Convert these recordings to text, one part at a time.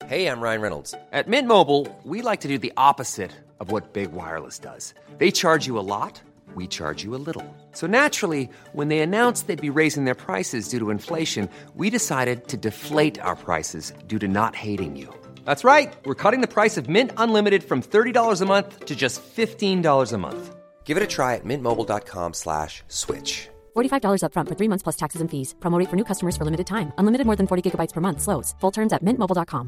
Hey, I'm Ryan Reynolds. At Mint Mobile, we like to do the opposite of what Big Wireless does. They charge you a lot, we charge you a little. So naturally, when they announced they'd be raising their prices due to inflation, we decided to deflate our prices due to not hating you. That's right. We're cutting the price of Mint Unlimited from $30 a month to just $15 a month. Give it a try at mintmobile.com/switch. $45 up front for 3 months plus taxes and fees. Promo rate for new customers for limited time. Unlimited more than 40 gigabytes per month. Slows full terms at mintmobile.com.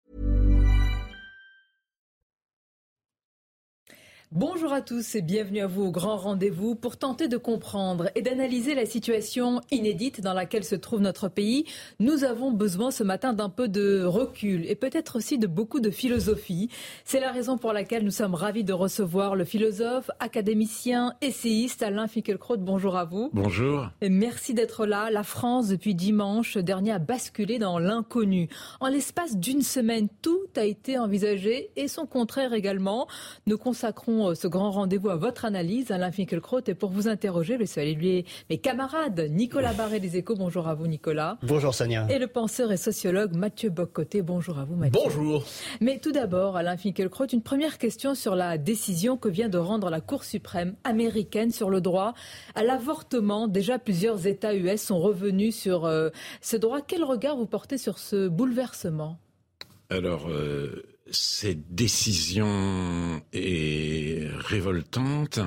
Bonjour à tous et bienvenue à vous au grand rendez-vous pour tenter de comprendre et d'analyser la situation inédite dans laquelle se trouve notre pays. Nous avons besoin ce matin d'un peu de recul et peut-être aussi de beaucoup de philosophie. C'est la raison pour laquelle nous sommes ravis de recevoir le philosophe, académicien, essayiste Alain Finkielkraut. Bonjour à vous. Bonjour. Et merci d'être là. La France, depuis dimanche dernier, a basculé dans l'inconnu. En l'espace d'une semaine, tout a été envisagé et son contraire également. Nous consacrons ce grand rendez-vous à votre analyse, Alain Finkielkraut, et pour vous interroger, je saluer mes camarades. Nicolas Barré des Échos, bonjour à vous Nicolas. Bonjour Sonia. Et le penseur et sociologue Mathieu Bock-Côté, bonjour à vous Mathieu. Bonjour. Mais tout d'abord, Alain Finkielkraut, une première question sur la décision que vient de rendre la Cour suprême américaine sur le droit à l'avortement. Déjà, plusieurs États US sont revenus sur ce droit. Quel regard vous portez sur ce bouleversement ? Alors, cette décision est révoltante,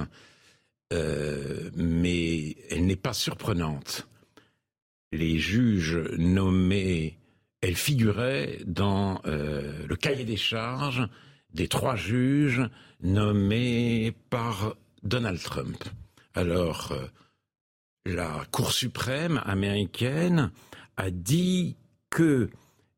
mais elle n'est pas surprenante. Les juges nommés, elle figurait dans le cahier des charges des 3 juges nommés par Donald Trump. Alors, la Cour suprême américaine a dit que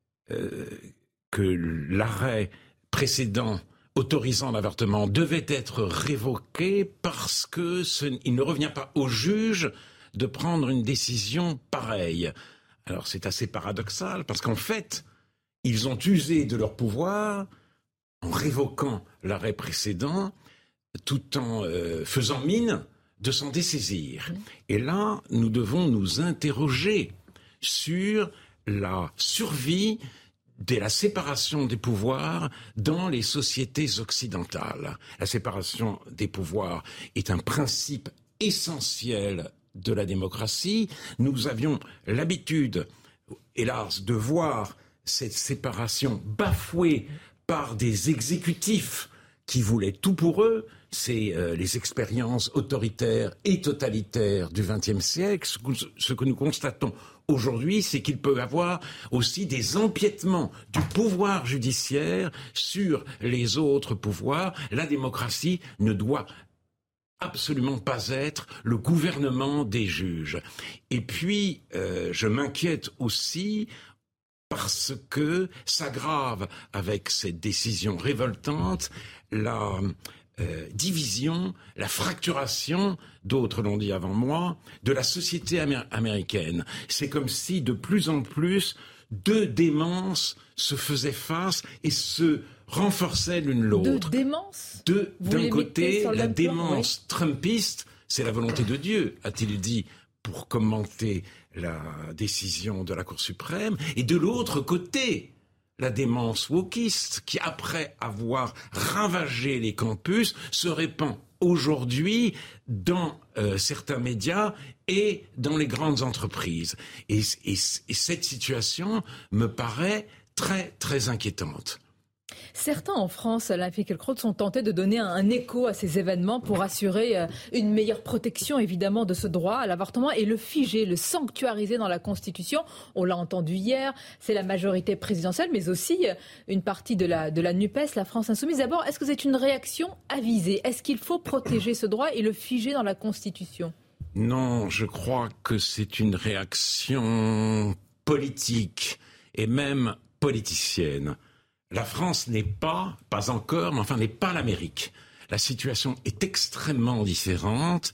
l'arrêt précédent autorisant l'avortement devait être révoqué parce que il ne revient pas au juge de prendre une décision pareille. Alors c'est assez paradoxal parce qu'en fait, ils ont usé de leur pouvoir en révoquant l'arrêt précédent tout en faisant mine de s'en dessaisir. Et là, nous devons nous interroger sur la survie de la séparation des pouvoirs dans les sociétés occidentales. La séparation des pouvoirs est un principe essentiel de la démocratie. Nous avions l'habitude, hélas, de voir cette séparation bafouée par des exécutifs qui voulaient tout pour eux. C'est les expériences autoritaires et totalitaires du XXe siècle. Ce que nous constatons aujourd'hui, c'est qu'il peut y avoir aussi des empiètements du pouvoir judiciaire sur les autres pouvoirs. La démocratie ne doit absolument pas être le gouvernement des juges. Et puis, je m'inquiète aussi parce que s'aggrave avec cette décision révoltante la division, la fracturation, d'autres l'ont dit avant moi, de la société américaine. C'est comme si de plus en plus 2 démences se faisaient face et se renforçaient l'une l'autre. 2 démences ? D'un côté, la démence trumpiste, c'est la volonté de Dieu, a-t-il dit, pour commenter la décision de la Cour suprême, et de l'autre côté, la démence wokiste, qui après avoir ravagé les campus, se répand aujourd'hui dans certains médias et dans les grandes entreprises. Et cette situation me paraît très, très inquiétante. Certains en France, Alain Finkielkraut, sont tentés de donner un écho à ces événements pour assurer une meilleure protection évidemment de ce droit à l'avortement et le figer, le sanctuariser dans la Constitution. On l'a entendu hier, c'est la majorité présidentielle, mais aussi une partie de la NUPES, la France Insoumise. D'abord, est-ce que c'est une réaction avisée ? Est-ce qu'il faut protéger ce droit et le figer dans la Constitution ? Non, je crois que c'est une réaction politique et même politicienne. La France n'est pas encore, mais enfin n'est pas l'Amérique. La situation est extrêmement différente.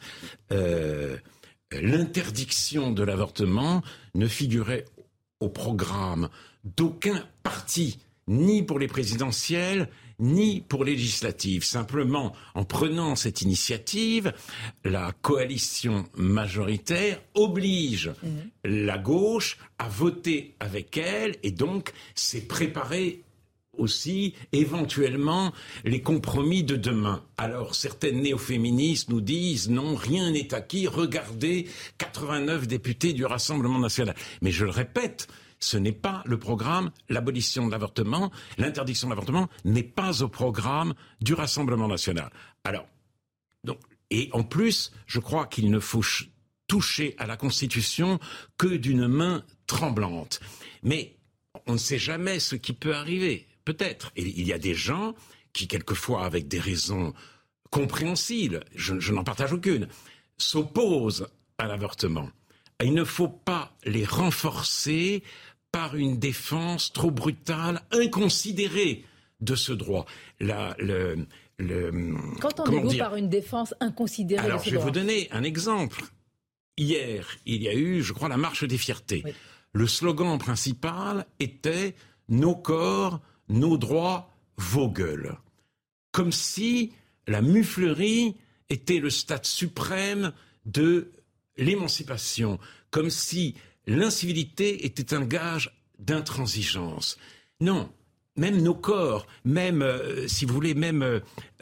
L'interdiction de l'avortement ne figurait au programme d'aucun parti, ni pour les présidentielles, ni pour les législatives. Simplement, en prenant cette initiative, la coalition majoritaire oblige la gauche à voter avec elle, et donc c'est préparer aussi éventuellement les compromis de demain. Alors certaines néo-féministes nous disent non, rien n'est acquis, regardez 89 députés du Rassemblement national. Mais je le répète, ce n'est pas le programme, l'abolition de l'avortement, l'interdiction de l'avortement n'est pas au programme du Rassemblement national. Alors, donc, et en plus, je crois qu'il ne faut toucher à la Constitution que d'une main tremblante. Mais on ne sait jamais ce qui peut arriver. Peut-être. Et il y a des gens qui, quelquefois, avec des raisons compréhensibles, je n'en partage aucune, s'opposent à l'avortement. Il ne faut pas les renforcer par une défense trop brutale, inconsidérée de ce droit. Qu'entendez-vous par une défense inconsidérée de ce droit ? Alors, je vais vous donner un exemple. Hier, il y a eu, je crois, la marche des fiertés. Oui. Le slogan principal était « Nos corps, nos droits, vos gueules ». Comme si la muflerie était le stade suprême de l'émancipation. Comme si l'incivilité était un gage d'intransigeance. Non, même nos corps, même, si vous voulez, même...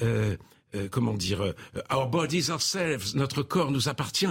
our bodies ourselves, notre corps nous appartient.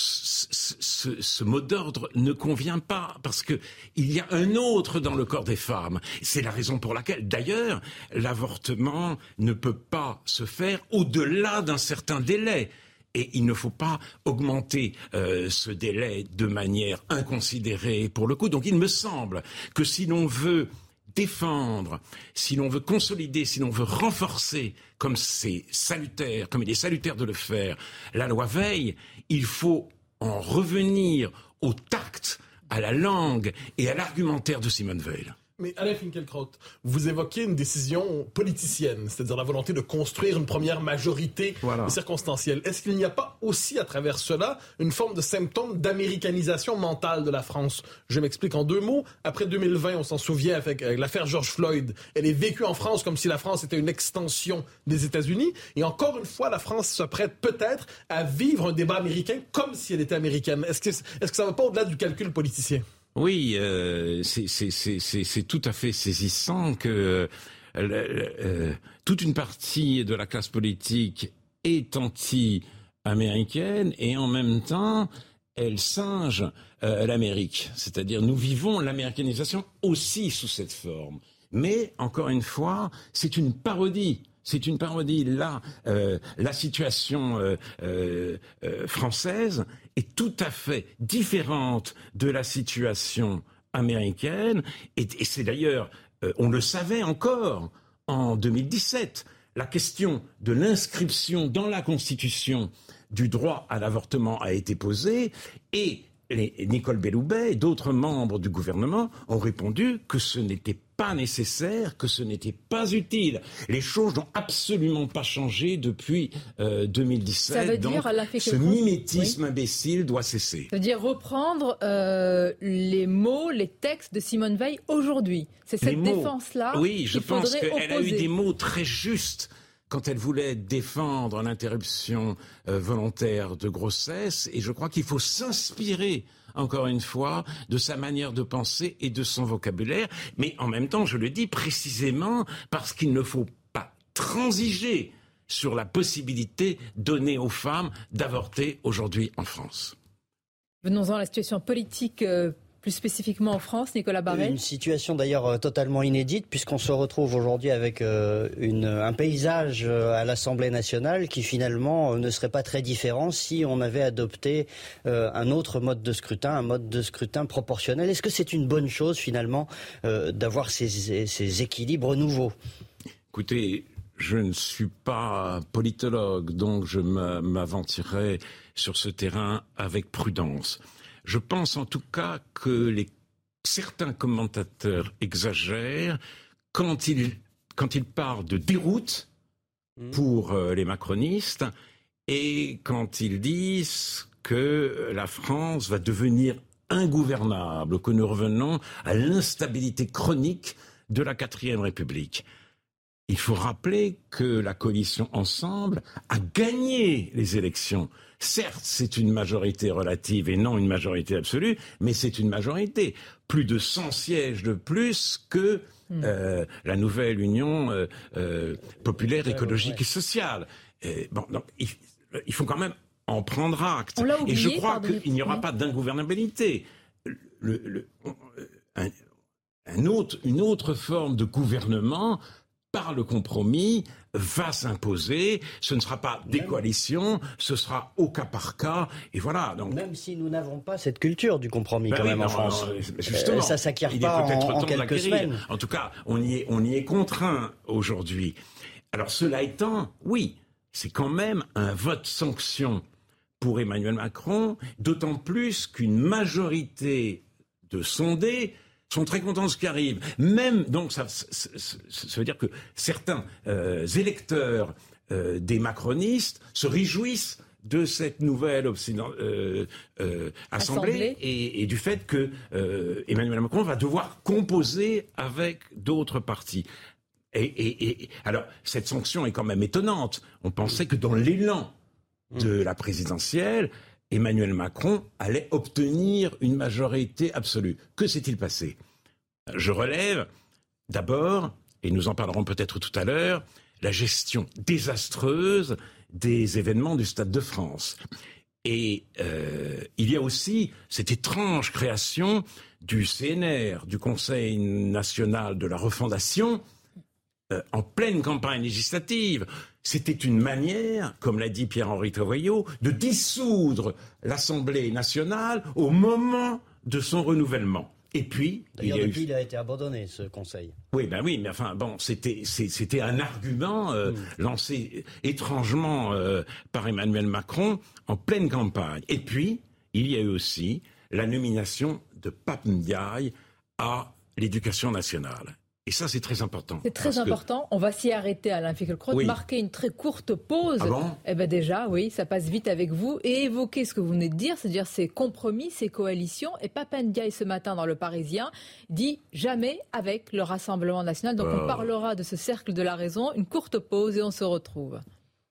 Ce mot d'ordre ne convient pas parce que il y a un autre dans le corps des femmes. C'est la raison pour laquelle, d'ailleurs, l'avortement ne peut pas se faire au-delà d'un certain délai. Et il ne faut pas augmenter ce délai de manière inconsidérée pour le coup. Donc il me semble que si l'on veut défendre, si l'on veut consolider, si l'on veut renforcer, comme c'est salutaire, comme il est salutaire de le faire, la loi Veil, il faut en revenir au tact, à la langue et à l'argumentaire de Simone Veil. Mais Alain Finkielkraut, vous évoquez une décision politicienne, c'est-à-dire la volonté de construire une première majorité circonstancielle. Est-ce qu'il n'y a pas aussi, à travers cela, une forme de symptôme d'américanisation mentale de la France? Je m'explique en 2 mots. Après 2020, on s'en souvient avec l'affaire George Floyd. Elle est vécue en France comme si la France était une extension des États-Unis. Et encore une fois, la France se prête peut-être à vivre un débat américain comme si elle était américaine. Est-ce que ça ne va pas au-delà du calcul politicien? Oui, c'est tout à fait saisissant que toute une partie de la classe politique est anti-américaine et en même temps elle singe l'Amérique. C'est-à-dire nous vivons l'américanisation aussi sous cette forme. Mais encore une fois, c'est une parodie. C'est une parodie. Là, la situation française est tout à fait différente de la situation américaine. Et c'est d'ailleurs, on le savait encore en 2017, la question de l'inscription dans la Constitution du droit à l'avortement a été posée et Nicole Belloubet et d'autres membres du gouvernement ont répondu que ce n'était pas nécessaire, que ce n'était pas utile. Les choses n'ont absolument pas changé depuis 2017. Ça veut donc dire, ce mimétisme imbécile doit cesser. Ça veut dire reprendre les mots, les textes de Simone Veil aujourd'hui. C'est cette défense-là. Oui, je pense qu'elle a eu opposer. des mots très justes quand elle voulait défendre l'interruption volontaire de grossesse. Et je crois qu'il faut s'inspirer, encore une fois, de sa manière de penser et de son vocabulaire. Mais en même temps, je le dis précisément parce qu'il ne faut pas transiger sur la possibilité donnée aux femmes d'avorter aujourd'hui en France. Venons-en à la situation politique plus spécifiquement en France, Nicolas Barret. Une situation d'ailleurs totalement inédite puisqu'on se retrouve aujourd'hui avec un paysage à l'Assemblée nationale qui finalement ne serait pas très différent si on avait adopté un autre mode de scrutin, un mode de scrutin proportionnel. Est-ce que c'est une bonne chose finalement d'avoir ces équilibres nouveaux ? Écoutez, je ne suis pas politologue, donc je m'aventurerai sur ce terrain avec prudence. Je pense en tout cas que certains commentateurs exagèrent quand ils parlent de déroute pour les macronistes et quand ils disent que la France va devenir ingouvernable, que nous revenons à l'instabilité chronique de la 4e République. Il faut rappeler que la coalition Ensemble a gagné les élections. Certes, c'est une majorité relative et non une majorité absolue, mais c'est une majorité. Plus de 100 sièges de plus que la nouvelle union populaire, écologique et sociale. Donc, il faut quand même en prendre acte. On l'a oublié, et je crois qu'il n'y aura pas d'ingouvernabilité. Une autre forme de gouvernement, par le compromis, va s'imposer. Ce ne sera pas des coalitions, ce sera au cas par cas. Et voilà. Donc, même si nous n'avons pas cette culture du compromis en France. Justement, ça s'acquiert pas en quelques semaines. En tout cas, on y est contraint aujourd'hui. Alors cela étant, oui, c'est quand même un vote sanction pour Emmanuel Macron, d'autant plus qu'une majorité de sondés sont très contents de ce qui arrive. Même, donc, ça veut dire que certains électeurs des macronistes se réjouissent de cette nouvelle assemblée et du fait que Emmanuel Macron va devoir composer avec d'autres partis. Et alors, cette sanction est quand même étonnante. On pensait que dans l'élan de la présidentielle, Emmanuel Macron allait obtenir une majorité absolue. Que s'est-il passé ? Je relève d'abord, et nous en parlerons peut-être tout à l'heure, la gestion désastreuse des événements du Stade de France. Et il y a aussi cette étrange création du CNR, du Conseil national de la refondation, en pleine campagne législative. C'était une manière, comme l'a dit Pierre-Henri Tovoyot, de dissoudre l'Assemblée nationale au moment de son renouvellement. Et puis, d'ailleurs, il a été abandonné, ce conseil. Oui, mais enfin, bon, c'était un argument lancé étrangement par Emmanuel Macron en pleine campagne. Et puis, il y a eu aussi la nomination de Pape Ndiaye à l'Éducation nationale. Et ça, c'est très important. C'est très important. On va s'y arrêter, Alain Finkielkraut, marquer une très courte pause. Ah bon ? Eh bien déjà, oui, ça passe vite avec vous. Et évoquer ce que vous venez de dire, c'est-à-dire ces compromis, ces coalitions. Et Pape Ndiaye, ce matin, dans Le Parisien, dit jamais avec le Rassemblement national. Donc on parlera de ce cercle de la raison. Une courte pause et on se retrouve.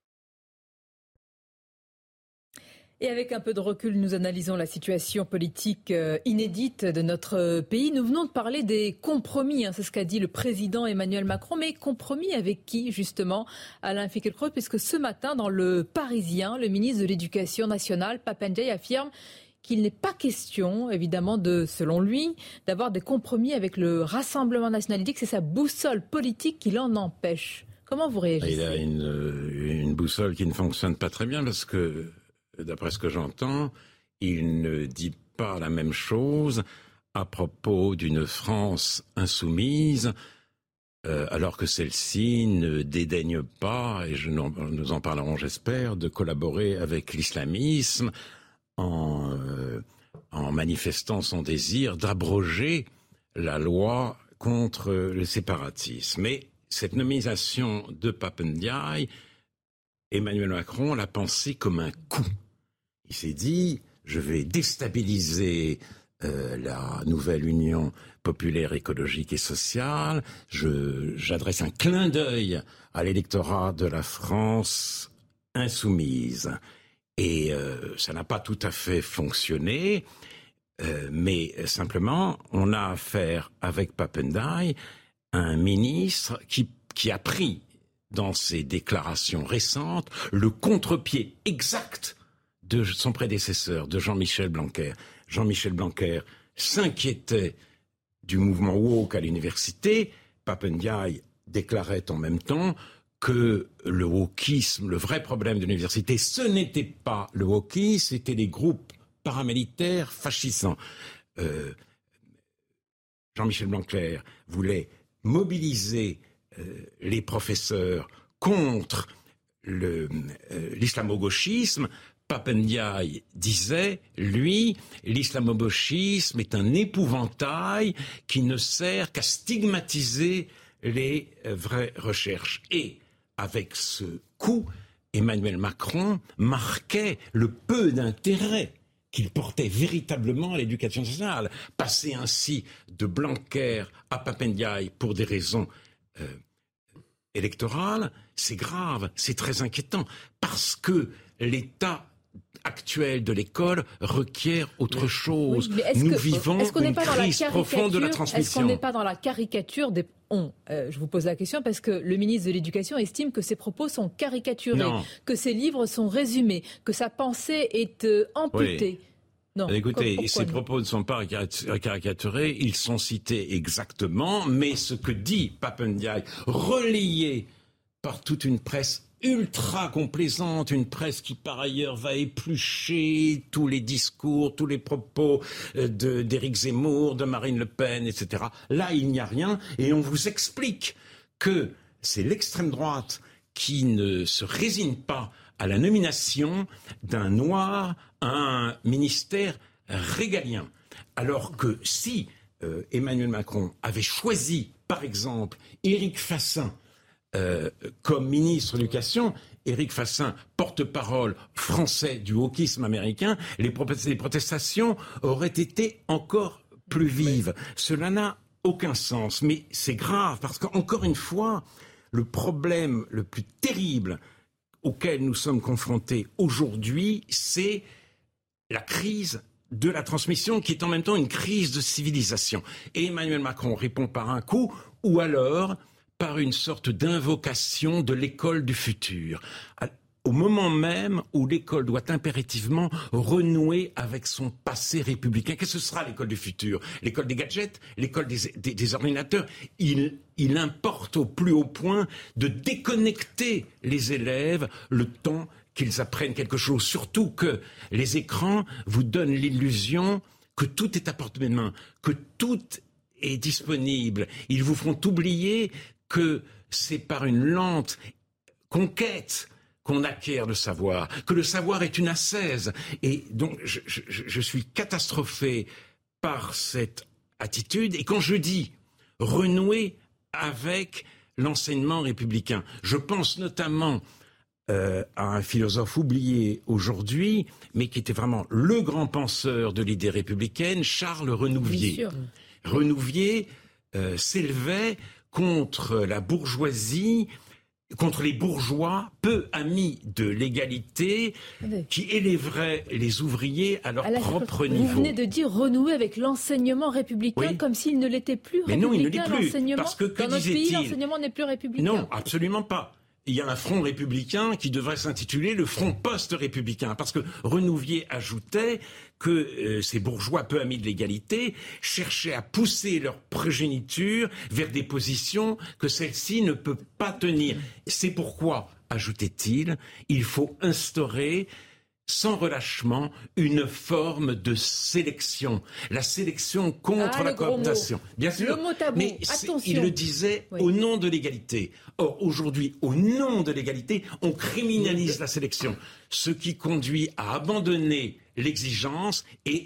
Et avec un peu de recul, nous analysons la situation politique inédite de notre pays. Nous venons de parler des compromis, c'est ce qu'a dit le président Emmanuel Macron. Mais compromis avec qui, justement, Alain Finkielkraut ? Puisque ce matin, dans Le Parisien, le ministre de l'Éducation nationale, Pape Ndiaye, affirme qu'il n'est pas question, évidemment, selon lui, d'avoir des compromis avec le Rassemblement national. Il dit que c'est sa boussole politique qui l'en empêche. Comment vous réagissez ? Il a une boussole qui ne fonctionne pas très bien parce que, d'après ce que j'entends, il ne dit pas la même chose à propos d'une France insoumise, alors que celle-ci ne dédaigne pas, et nous en parlerons j'espère, de collaborer avec l'islamisme en manifestant son désir d'abroger la loi contre le séparatisme. Mais cette nomination de Pape Ndiaye, Emmanuel Macron l'a pensé comme un coup. Il s'est dit, je vais déstabiliser la nouvelle union populaire, écologique et sociale. J'adresse un clin d'œil à l'électorat de la France insoumise. Et ça n'a pas tout à fait fonctionné, mais simplement, on a affaire avec Pape Ndiaye un ministre qui a pris, dans ses déclarations récentes, le contre-pied exact de son prédécesseur, de Jean-Michel Blanquer. Jean-Michel Blanquer s'inquiétait du mouvement woke à l'université. Pape Ndiaye déclarait en même temps que le wokisme, le vrai problème de l'université, ce n'était pas le wokisme, c'était les groupes paramilitaires fascisants. Jean-Michel Blanquer voulait mobiliser les professeurs contre l'islamo-gauchisme. Pape Ndiaye disait, lui, l'islamo-gauchisme est un épouvantail qui ne sert qu'à stigmatiser les vraies recherches. Et avec ce coup, Emmanuel Macron marquait le peu d'intérêt qu'il portait véritablement à l'éducation nationale. Passer ainsi de Blanquer à Pape Ndiaye pour des raisons électorales, c'est grave, c'est très inquiétant, parce que l'État actuelle de l'école requiert autre chose. Oui, nous vivons une crise profonde de la transmission. Est-ce qu'on n'est pas dans la caricature des... je vous pose la question parce que le ministre de l'Éducation estime que ses propos sont caricaturés, que ses livres sont résumés, que sa pensée est amputée. Oui. Non, écoutez, ces propos ne sont pas caricaturés, ils sont cités exactement, mais ce que dit Pap Ndiaye, relayé par toute une presse ultra complaisante, une presse qui par ailleurs va éplucher tous les discours, tous les propos d'Éric Zemmour, de Marine Le Pen, etc. Là, il n'y a rien, et on vous explique que c'est l'extrême droite qui ne se résigne pas à la nomination d'un noir à un ministère régalien. Alors que si Emmanuel Macron avait choisi, par exemple, Éric Fassin comme ministre de l'Éducation, Éric Fassin, porte-parole français du wokisme américain, les protestations auraient été encore plus vives. Cela n'a aucun sens, mais c'est grave parce qu'encore une fois, le problème le plus terrible auquel nous sommes confrontés aujourd'hui, c'est la crise de la transmission qui est en même temps une crise de civilisation. Et Emmanuel Macron répond par un coup ou alors par une sorte d'invocation de l'école du futur. Au moment même où l'école doit impérativement renouer avec son passé républicain. Qu'est-ce que ce sera l'école du futur? L'école des gadgets? L'école des ordinateurs? Il importe au plus haut point de déconnecter les élèves le temps qu'ils apprennent quelque chose. Surtout que les écrans vous donnent l'illusion que tout est à portée de main, que tout est disponible. Ils vous font oublier que c'est par une lente conquête qu'on acquiert le savoir, que le savoir est une ascèse. Et donc, je suis catastrophé par cette attitude. Et quand je dis renouer avec l'enseignement républicain, je pense notamment à un philosophe oublié aujourd'hui, mais qui était vraiment le grand penseur de l'idée républicaine, Charles Renouvier. Renouvier s'élevait contre la bourgeoisie, contre les bourgeois peu amis de l'égalité qui élèveraient les ouvriers à leur propre niveau. Vous venez de dire renouer avec l'enseignement républicain comme s'il ne l'était plus républicain. Mais non, il ne l'est plus. Parce que dans notre pays, l'enseignement n'est plus républicain. Non, absolument pas. Il y a un front républicain qui devrait s'intituler le front post-républicain. Parce que Renouvier ajoutait que ces bourgeois peu amis de l'égalité cherchaient à pousser leur progéniture vers des positions que celle-ci ne peut pas tenir. C'est pourquoi, ajoutait-il, il faut instaurer sans relâchement une forme de sélection. La sélection contre la cooptation. Bien sûr, le mot tabou. Mais attention. Il le disait au nom de l'égalité. Or, aujourd'hui, au nom de l'égalité, on criminalise la sélection. Ce qui conduit à abandonner l'exigence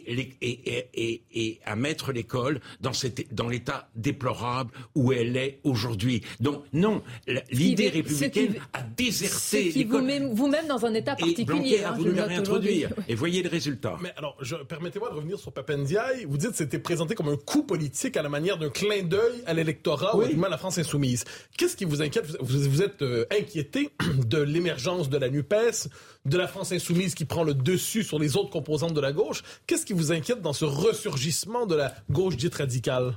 et à mettre l'école dans l'état déplorable où elle est aujourd'hui. Donc non, l'idée républicaine a déserté l'école. Vous-même dans un état particulier. Et Blanquer a voulu la réintroduire. Et voyez le résultat. Mais alors, permettez-moi de revenir sur Pap Ndiaye. Vous dites que c'était présenté comme un coup politique à la manière d'un clin d'œil à l'électorat ou à la France insoumise. Qu'est-ce qui vous inquiète? Vous êtes inquiété de l'émergence de la NUPES, de la France insoumise qui prend le dessus sur les autres composantes de la gauche. Qu'est-ce qui vous inquiète dans ce ressurgissement de la gauche dite radicale?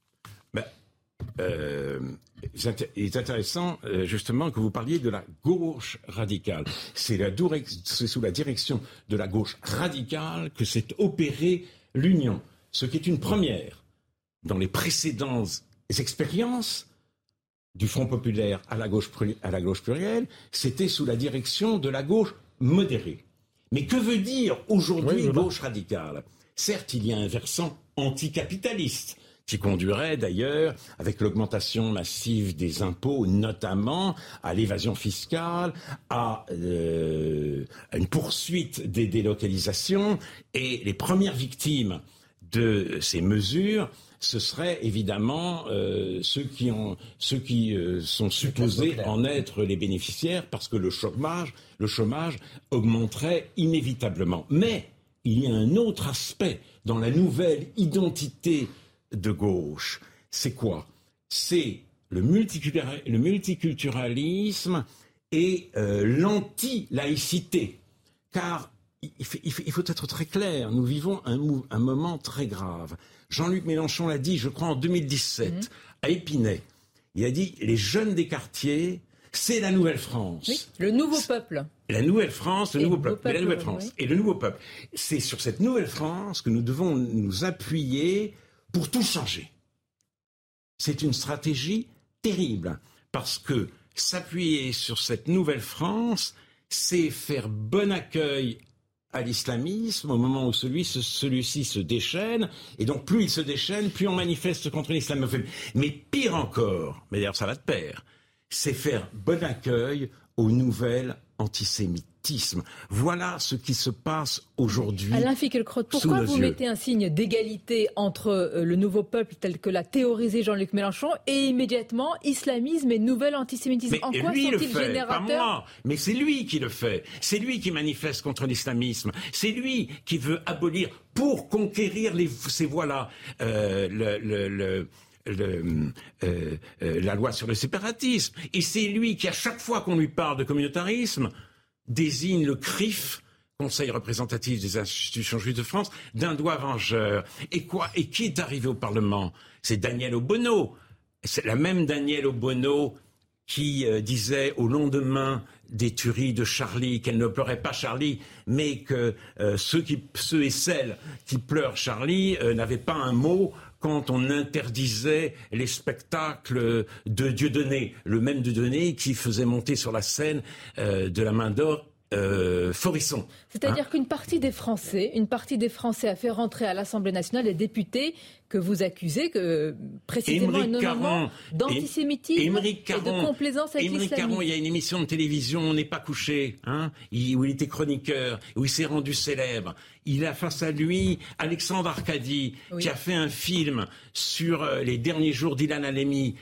Il est intéressant justement que vous parliez de la gauche radicale. C'est sous la direction de la gauche radicale que s'est opérée l'union, ce qui est une première. Dans les précédentes expériences du Front populaire à la gauche plurielle, c'était sous la direction de la gauche modérée. Mais que veut dire aujourd'hui gauche radicale? Certes, il y a un versant anticapitaliste qui conduirait d'ailleurs, avec l'augmentation massive des impôts, notamment à l'évasion fiscale, à une poursuite des délocalisations. Et les premières victimes de ces mesures, ce seraient évidemment ceux qui sont supposés en être les bénéficiaires, parce que le chômage augmenterait inévitablement. Mais il y a un autre aspect dans la nouvelle identité de gauche. C'est quoi? C'est le multiculturalisme et l'anti-laïcité. Car il faut être très clair. Nous vivons un moment très grave. Jean-Luc Mélenchon l'a dit, je crois, en 2017, à Épinay. Il a dit, les jeunes des quartiers, c'est la nouvelle France. Oui, le nouveau peuple. La nouvelle France, le nouveau peuple. Mais la nouvelle France oui. et le nouveau peuple. C'est sur cette nouvelle France que nous devons nous appuyer pour tout changer. C'est une stratégie terrible, parce que s'appuyer sur cette nouvelle France, c'est faire bon accueil à l'islamisme au moment où celui-ci se déchaîne, et donc plus il se déchaîne, plus on manifeste contre l'islamophobie. Mais pire encore, mais d'ailleurs ça va de pair, c'est faire bon accueil aux nouvelles antisémitisme. Voilà ce qui se passe aujourd'hui. Alain Finkielkraut, pourquoi vous mettez un signe d'égalité entre le nouveau peuple tel que l'a théorisé Jean-Luc Mélenchon et immédiatement islamisme et nouvel antisémitisme? En quoi sont-ils générateurs? Pas moi, mais c'est lui qui le fait. C'est lui qui manifeste contre l'islamisme. C'est lui qui veut abolir pour conquérir ces voies-là. La loi sur le séparatisme. Et c'est lui qui, à chaque fois qu'on lui parle de communautarisme, désigne le CRIF, Conseil représentatif des institutions juives de France, d'un doigt vengeur. Et qui est arrivé au Parlement? C'est Daniel Obono. C'est la même Daniel Obono qui disait au lendemain des tueries de Charlie qu'elle ne pleurait pas Charlie, mais que ceux et celles qui pleurent Charlie n'avaient pas un mot quand on interdisait les spectacles de Dieudonné, le même Dieudonné qui faisait monter sur la scène de la Main d'Or Forisson. C'est-à-dire qu'une partie des Français a fait rentrer à l'Assemblée nationale les députés que vous accusez, précisément et nommément d'antisémitisme et de complaisance avec l'islamisme. Caron, il y a une émission de télévision, On n'est pas couché, où il était chroniqueur, où il s'est rendu célèbre. Il a face à lui Alexandre Arcadi, qui a fait un film sur les derniers jours d'Ilan Halemi,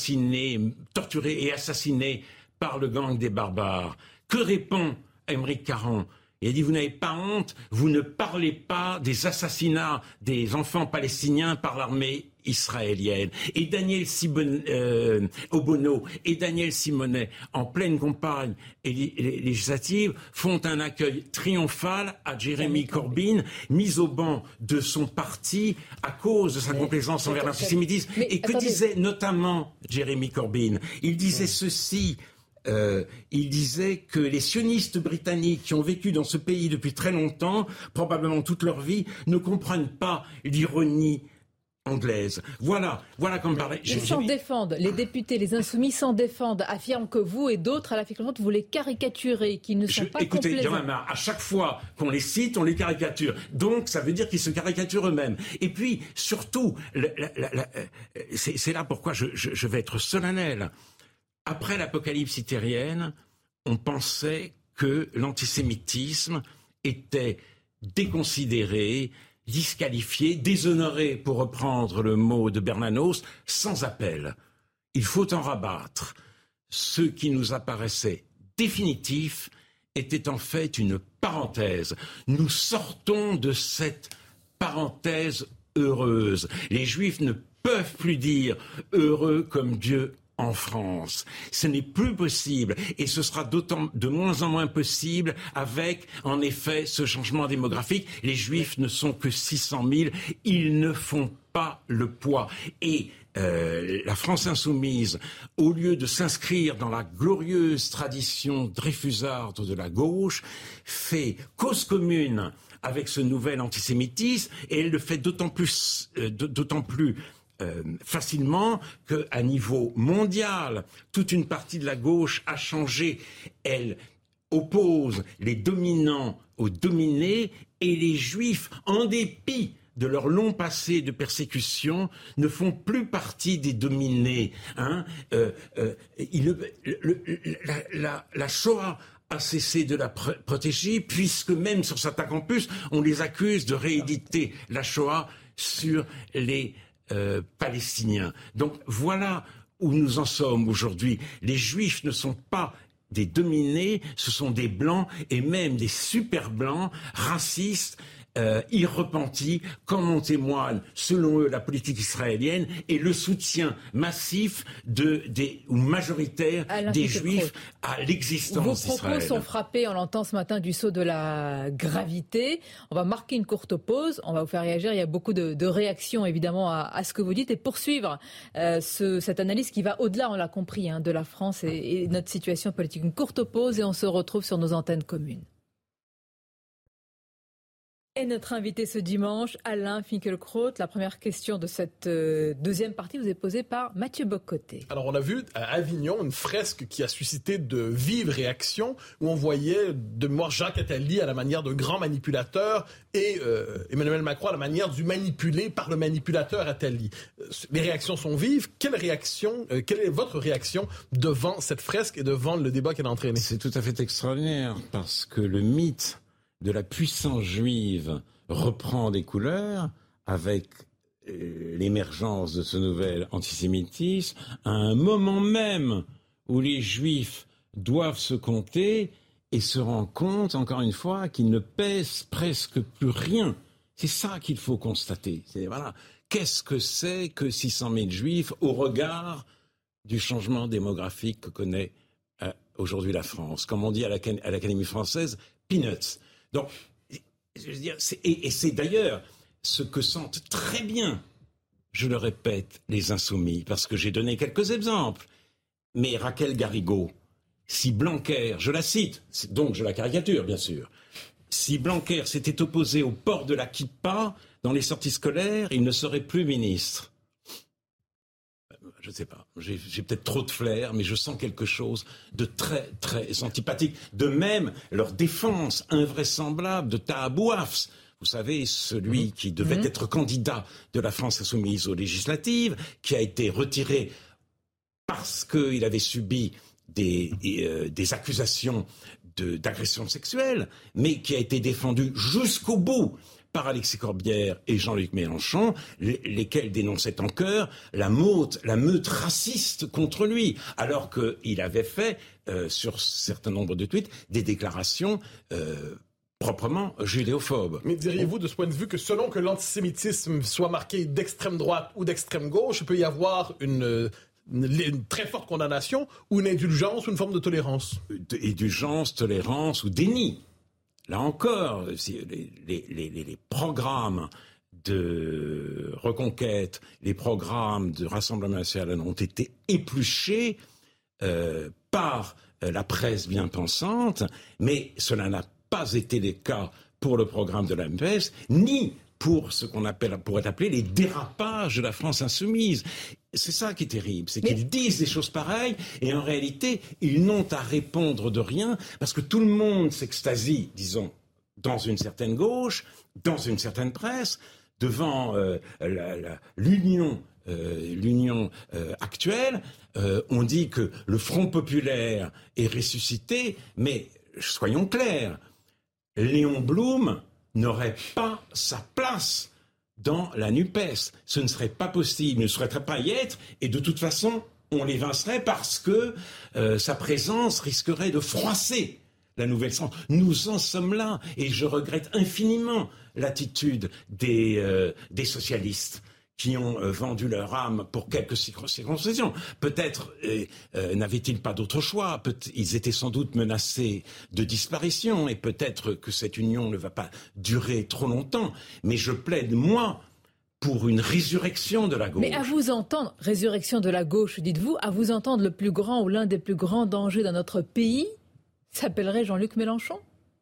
torturé et assassiné par le gang des barbares. Que répond Aymeric Caron? Il a dit, vous n'avez pas honte, vous ne parlez pas des assassinats des enfants palestiniens par l'armée israélienne. Et Daniel Obono et Daniel Simonet, en pleine campagne législative, font un accueil triomphal à Jeremy Corbyn, mis au banc de son parti à cause de sa complaisance envers l'antisémitisme. Et que disait notamment Jeremy Corbyn? Il disait ceci... il disait que les sionistes britanniques qui ont vécu dans ce pays depuis très longtemps, probablement toute leur vie, ne comprennent pas l'ironie anglaise. Voilà comme parlait. Ils s'en défendent, les députés, les insoumis s'en défendent, affirment que vous et d'autres, à la Finkielkraut, vous les caricaturez, qu'ils ne sont pas complaisants. Écoutez, à chaque fois qu'on les cite, on les caricature. Donc, ça veut dire qu'ils se caricaturent eux-mêmes. Et puis, surtout, c'est là pourquoi je vais être solennel. Après l'apocalypse hitlérienne, on pensait que l'antisémitisme était déconsidéré, disqualifié, déshonoré, pour reprendre le mot de Bernanos, sans appel. Il faut en rabattre. Ce qui nous apparaissait définitif était en fait une parenthèse. Nous sortons de cette parenthèse heureuse. Les Juifs ne peuvent plus dire « heureux comme Dieu » en France. Ce n'est plus possible, et ce sera de moins en moins possible avec, en effet, ce changement démographique. Les Juifs ne sont que 600 000, ils ne font pas le poids. Et la France insoumise, au lieu de s'inscrire dans la glorieuse tradition dreyfusarde de la gauche, fait cause commune avec ce nouvel antisémitisme, et elle le fait d'autant plus facilement qu'à niveau mondial, toute une partie de la gauche a changé. Elle oppose les dominants aux dominés, et les Juifs, en dépit de leur long passé de persécution, ne font plus partie des dominés. La Shoah a cessé de la protéger, puisque même sur certains campus, on les accuse de rééditer la Shoah sur les Palestiniens. Donc voilà où nous en sommes aujourd'hui. Les Juifs ne sont pas des dominés, ce sont des blancs, et même des super blancs racistes irrepentis, comme en témoigne, selon eux, la politique israélienne et le soutien massif ou majoritaire des Juifs à l'existence d'Israël. Vos propos sont frappés, on l'entend ce matin, du sceau de la gravité. On va marquer une courte pause, on va vous faire réagir. Il y a beaucoup de réactions, évidemment, à ce que vous dites et poursuivre cette analyse qui va au-delà, on l'a compris, de la France et notre situation politique. Une courte pause et on se retrouve sur nos antennes communes. Et notre invité ce dimanche, Alain Finkielkraut. La première question de cette deuxième partie vous est posée par Mathieu Bock-Côté. Alors, on a vu à Avignon une fresque qui a suscité de vives réactions où on voyait de mémoire Jacques Attali à la manière d'un grand manipulateur et Emmanuel Macron à la manière du manipulé par le manipulateur Attali. Les réactions sont vives. Quelle est votre réaction devant cette fresque et devant le débat qu'elle a entraîné? C'est tout à fait extraordinaire parce que le mythe de la puissance juive reprend des couleurs avec l'émergence de ce nouvel antisémitisme à un moment même où les Juifs doivent se compter et se rendent compte, encore une fois, qu'ils ne pèsent presque plus rien. C'est ça qu'il faut constater. Qu'est-ce que c'est que 600 000 Juifs au regard du changement démographique que connaît aujourd'hui la France? Comme on dit à l'Académie française, peanuts. Donc, je veux dire, c'est d'ailleurs ce que sentent très bien, je le répète, les insoumis, parce que j'ai donné quelques exemples. Mais Raquel Garrigo, si Blanquer, je la cite, donc je la caricature bien sûr, si Blanquer s'était opposé au port de la kippa dans les sorties scolaires, il ne serait plus ministre. Je ne sais pas, j'ai peut-être trop de flair, mais je sens quelque chose de très, très antipathique. De même, leur défense invraisemblable de Taha Bouafs, vous savez, celui qui devait être candidat de la France insoumise aux législatives, qui a été retiré parce qu'il avait subi des accusations d'agression sexuelle, mais qui a été défendu jusqu'au bout par Alexis Corbière et Jean-Luc Mélenchon, lesquels dénonçaient en chœur la meute raciste contre lui, alors qu'il avait fait, sur un certain nombre de tweets, des déclarations proprement judéophobes. Mais diriez-vous de ce point de vue que selon que l'antisémitisme soit marqué d'extrême droite ou d'extrême gauche, il peut y avoir une très forte condamnation ou une indulgence ou une forme de tolérance? Indulgence, tolérance ou déni. Là encore, les programmes de reconquête, les programmes de Rassemblement national ont été épluchés par la presse bien pensante, mais cela n'a pas été le cas pour le programme de la MPS, ni pour ce qu'on pourrait appeler les dérapages de la France insoumise. C'est ça qui est terrible, c'est qu'ils disent des choses pareilles et en réalité, ils n'ont à répondre de rien parce que tout le monde s'extasie, disons, dans une certaine gauche, dans une certaine presse, devant l'union actuelle. On dit que le Front populaire est ressuscité, mais soyons clairs, Léon Blum n'aurait pas sa place dans la NUPES. Ce ne serait pas possible, il ne souhaiterait pas y être, et de toute façon, on l'évincerait parce que sa présence risquerait de froisser la nouvelle France. Nous en sommes là, et je regrette infiniment l'attitude des socialistes qui ont vendu leur âme pour quelques circoncisions. Peut-être n'avaient-ils pas d'autre choix, ils étaient sans doute menacés de disparition, et peut-être que cette union ne va pas durer trop longtemps. Mais je plaide, moi, pour une résurrection de la gauche. Mais à vous entendre, résurrection de la gauche, dites-vous, à vous entendre, le plus grand ou l'un des plus grands dangers dans notre pays s'appellerait Jean-Luc Mélenchon?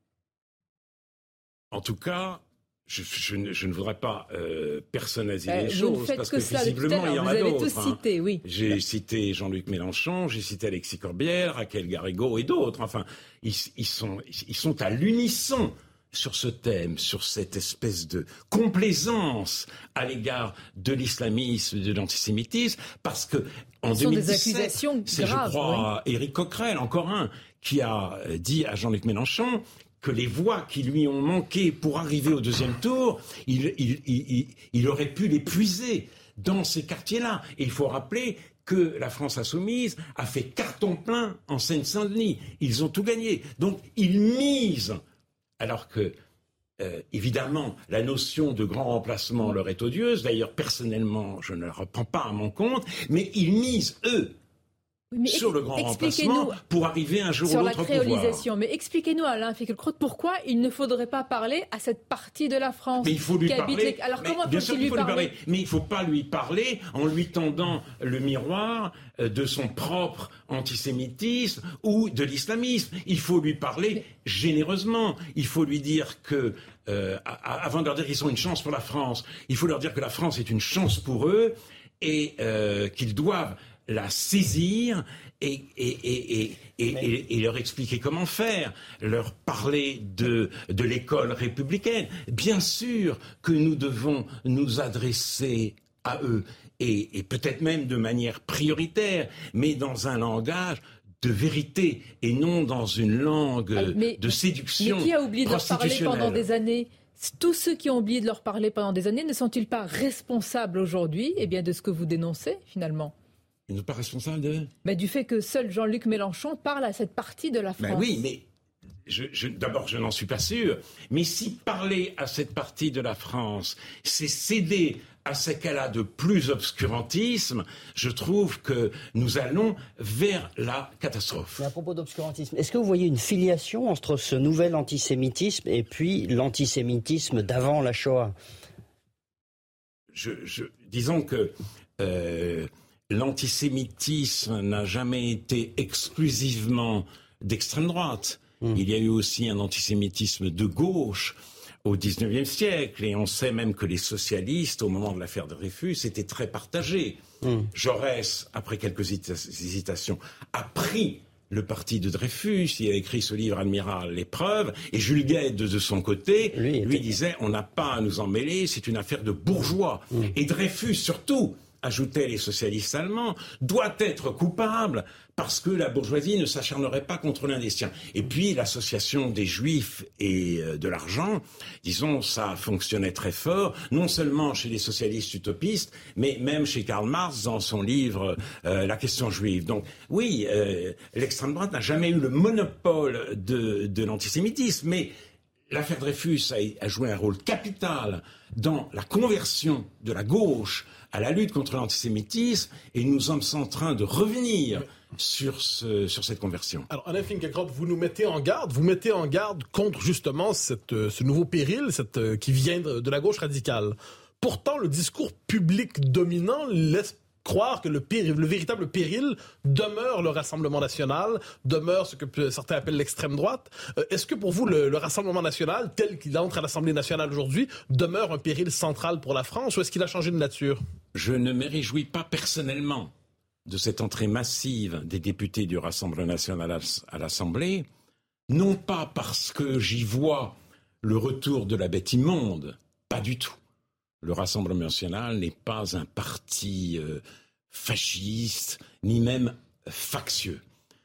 En tout cas, je ne voudrais pas personnaliser les choses, parce que visiblement, il y en a d'autres. Vous avez tous cité, oui. J'ai cité Jean-Luc Mélenchon, j'ai cité Alexis Corbière, Raquel Garrigo et d'autres. Enfin, ils sont à l'unisson sur ce thème, sur cette espèce de complaisance à l'égard de l'islamisme, de l'antisémitisme, parce que en 2017, c'est, je crois, Éric Coquerel, encore un, qui a dit à Jean-Luc Mélenchon que les voix qui lui ont manqué pour arriver au deuxième tour, il aurait pu les puiser dans ces quartiers-là. Et il faut rappeler que la France insoumise a fait carton plein en Seine-Saint-Denis. Ils ont tout gagné. Donc, ils misent, alors que évidemment, la notion de grand remplacement leur est odieuse. D'ailleurs, personnellement, je ne la reprends pas à mon compte. Mais ils misent, eux, sur le grand remplacement pour arriver un jour ou l'autre au pouvoir. Sur la créolisation. Mais expliquez-nous, Alain Finkielkraut, pourquoi il ne faudrait pas parler à cette partie de la France. Mais il faut lui parler. Alors comment faut-il lui parler ? Mais il ne faut pas lui parler en lui tendant le miroir de son propre antisémitisme ou de l'islamisme. Il faut lui parler généreusement. Il faut lui dire que, avant de leur dire qu'ils sont une chance pour la France, il faut leur dire que la France est une chance pour eux et qu'ils doivent la saisir et leur expliquer comment faire, leur parler de l'école républicaine. Bien sûr que nous devons nous adresser à eux, et peut-être même de manière prioritaire, mais dans un langage de vérité et non dans une langue de séduction. Mais qui a oublié de leur parler pendant des années ? Tous ceux qui ont oublié de leur parler pendant des années ne sont-ils pas responsables aujourd'hui de ce que vous dénoncez finalement ? Ils ne sont pas responsables de... du fait que seul Jean-Luc Mélenchon parle à cette partie de la France. Oui, mais d'abord, je n'en suis pas sûr. Mais si parler à cette partie de la France, c'est céder à ce qu'elle a de plus obscurantisme, je trouve que nous allons vers la catastrophe. Mais à propos d'obscurantisme, est-ce que vous voyez une filiation entre ce nouvel antisémitisme et puis l'antisémitisme d'avant la Shoah ? Disons que... l'antisémitisme n'a jamais été exclusivement d'extrême droite. Il y a eu aussi un antisémitisme de gauche au XIXe siècle. Et on sait même que les socialistes, au moment de l'affaire Dreyfus, étaient très partagés. Jaurès, après quelques hésitations, a pris le parti de Dreyfus. Il a écrit ce livre Admiral, l'épreuve. Et Jules Guesde, de son côté, lui disait « On n'a pas à nous en mêler, c'est une affaire de bourgeois ». Et Dreyfus, surtout, ajoutaient les socialistes allemands, doit être coupable parce que la bourgeoisie ne s'acharnerait pas contre l'un des siens. Et puis l'association des Juifs et de l'argent, disons, ça fonctionnait très fort, non seulement chez les socialistes utopistes, mais même chez Karl Marx dans son livre La question juive. Donc oui, l'extrême droite n'a jamais eu le monopole de l'antisémitisme, mais l'affaire Dreyfus a joué un rôle capital dans la conversion de la gauche à la lutte contre l'antisémitisme, et nous sommes en train de revenir sur cette conversion. Alors, Alain Finkielkraut, vous nous mettez en garde, contre justement ce nouveau péril qui vient de la gauche radicale. Pourtant, le discours public dominant laisse croire que le véritable péril demeure le Rassemblement national, demeure ce que certains appellent l'extrême droite. Est-ce que pour vous, le Rassemblement national, tel qu'il entre à l'Assemblée nationale aujourd'hui, demeure un péril central pour la France, ou est-ce qu'il a changé de nature ? Je ne me réjouis pas personnellement de cette entrée massive des députés du Rassemblement national à l'Assemblée, non pas parce que j'y vois le retour de la bête immonde, pas du tout. Le Rassemblement national n'est pas un parti fasciste, ni même factieux.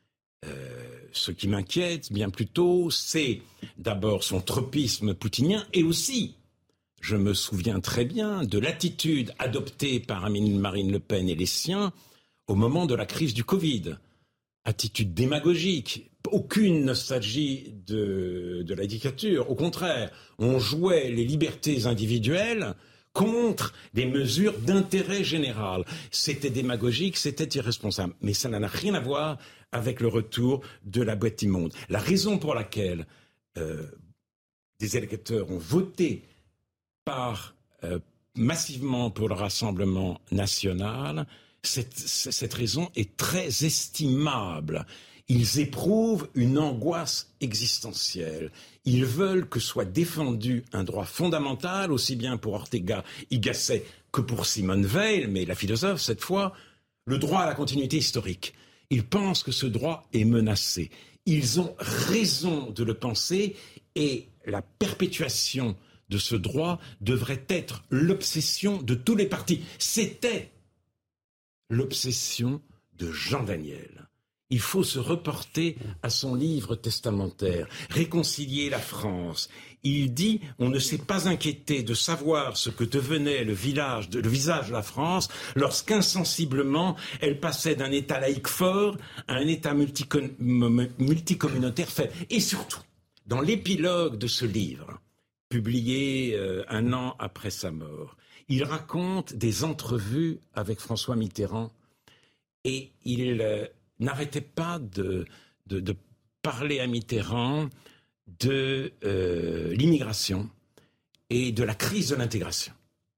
Ce qui m'inquiète, bien plutôt, c'est d'abord son tropisme poutinien, et aussi, je me souviens très bien de l'attitude adoptée par Marine Le Pen et les siens au moment de la crise du Covid. Attitude démagogique, aucune nostalgie de la dictature. Au contraire, on jouait les libertés individuelles contre des mesures d'intérêt général. C'était démagogique, c'était irresponsable. Mais ça n'a rien à voir avec le retour de la boîte immonde. La raison pour laquelle des électeurs ont voté massivement pour le Rassemblement national, cette raison est très estimable. Ils éprouvent une angoisse existentielle. Ils veulent que soit défendu un droit fondamental, aussi bien pour Ortega y Gasset que pour Simone Veil, mais la philosophe cette fois, le droit à la continuité historique. Ils pensent que ce droit est menacé. Ils ont raison de le penser, et la perpétuation de ce droit devrait être l'obsession de tous les partis. C'était l'obsession de Jean Daniel. Il faut se reporter à son livre testamentaire, Réconcilier la France. Il dit « On ne s'est pas inquiété de savoir ce que devenait le visage de la France lorsqu'insensiblement elle passait d'un État laïque fort à un État multicommunautaire faible. » Et surtout, dans l'épilogue de ce livre, publié un an après sa mort. Il raconte des entrevues avec François Mitterrand et il n'arrêtait pas de parler à Mitterrand de l'immigration et de la crise de l'intégration.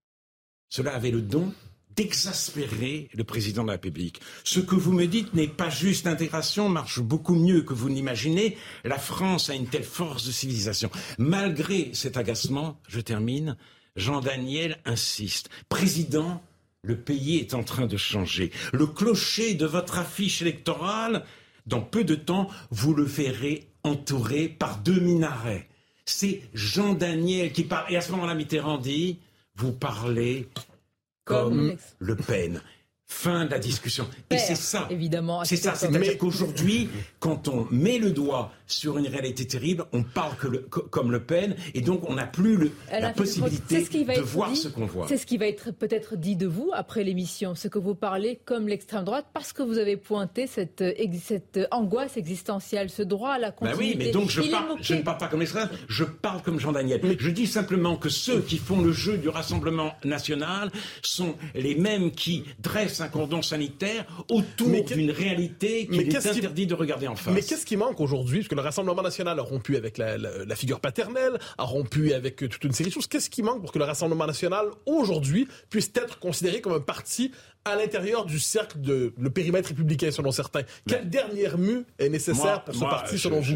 Cela avait le don d'exaspérer le président de la République. Ce que vous me dites n'est pas juste. L'intégration marche beaucoup mieux que vous n'imaginez. La France a une telle force de civilisation. Malgré cet agacement, je termine, Jean Daniel insiste. Président, le pays est en train de changer. Le clocher de votre affiche électorale, dans peu de temps, vous le verrez entouré par 2 minarets. C'est Jean Daniel qui parle. Et à ce moment-là, Mitterrand dit, vous parlez comme Le Pen. Fin de la discussion. Et c'est ça. Évidemment. C'est ça. C'est-à-dire qu'aujourd'hui, quand on met le doigt sur une réalité terrible, on parle comme Le Pen, et donc on n'a plus la possibilité de voir ce qu'on voit. C'est ce qui va être peut-être dit de vous après l'émission, ce que vous parlez comme l'extrême droite, parce que vous avez pointé cette angoisse existentielle, ce droit à la continuité. Oui, mais donc je ne parle pas comme l'extrême, je parle comme Jean Daniel. Je dis simplement que ceux qui font le jeu du Rassemblement national sont les mêmes qui dressent un cordon sanitaire autour d'une réalité qu'il est interdit de regarder en face. Mais qu'est-ce qui manque aujourd'hui? Parce que le Rassemblement national a rompu avec la figure paternelle, a rompu avec toute une série de choses. Qu'est-ce qui manque pour que le Rassemblement national, aujourd'hui, puisse être considéré comme un parti à l'intérieur du cercle le périmètre républicain, selon certains? Quelle dernière mue est nécessaire pour ce parti, selon vous?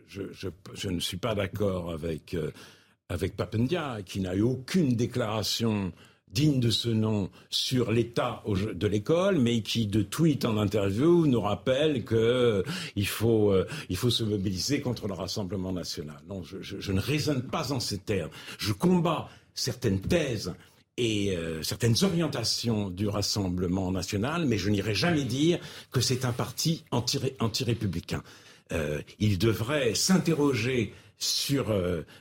Je ne suis pas d'accord avec Papendia, qui n'a eu aucune déclaration digne de ce nom sur l'état de l'école, mais qui, de tweet en interview, nous rappelle qu'il faut se mobiliser contre le Rassemblement national. Non, je ne raisonne pas en ces termes. Je combats certaines thèses et certaines orientations du Rassemblement national, mais je n'irai jamais dire que c'est un parti anti-républicain. Il devrait s'interroger sur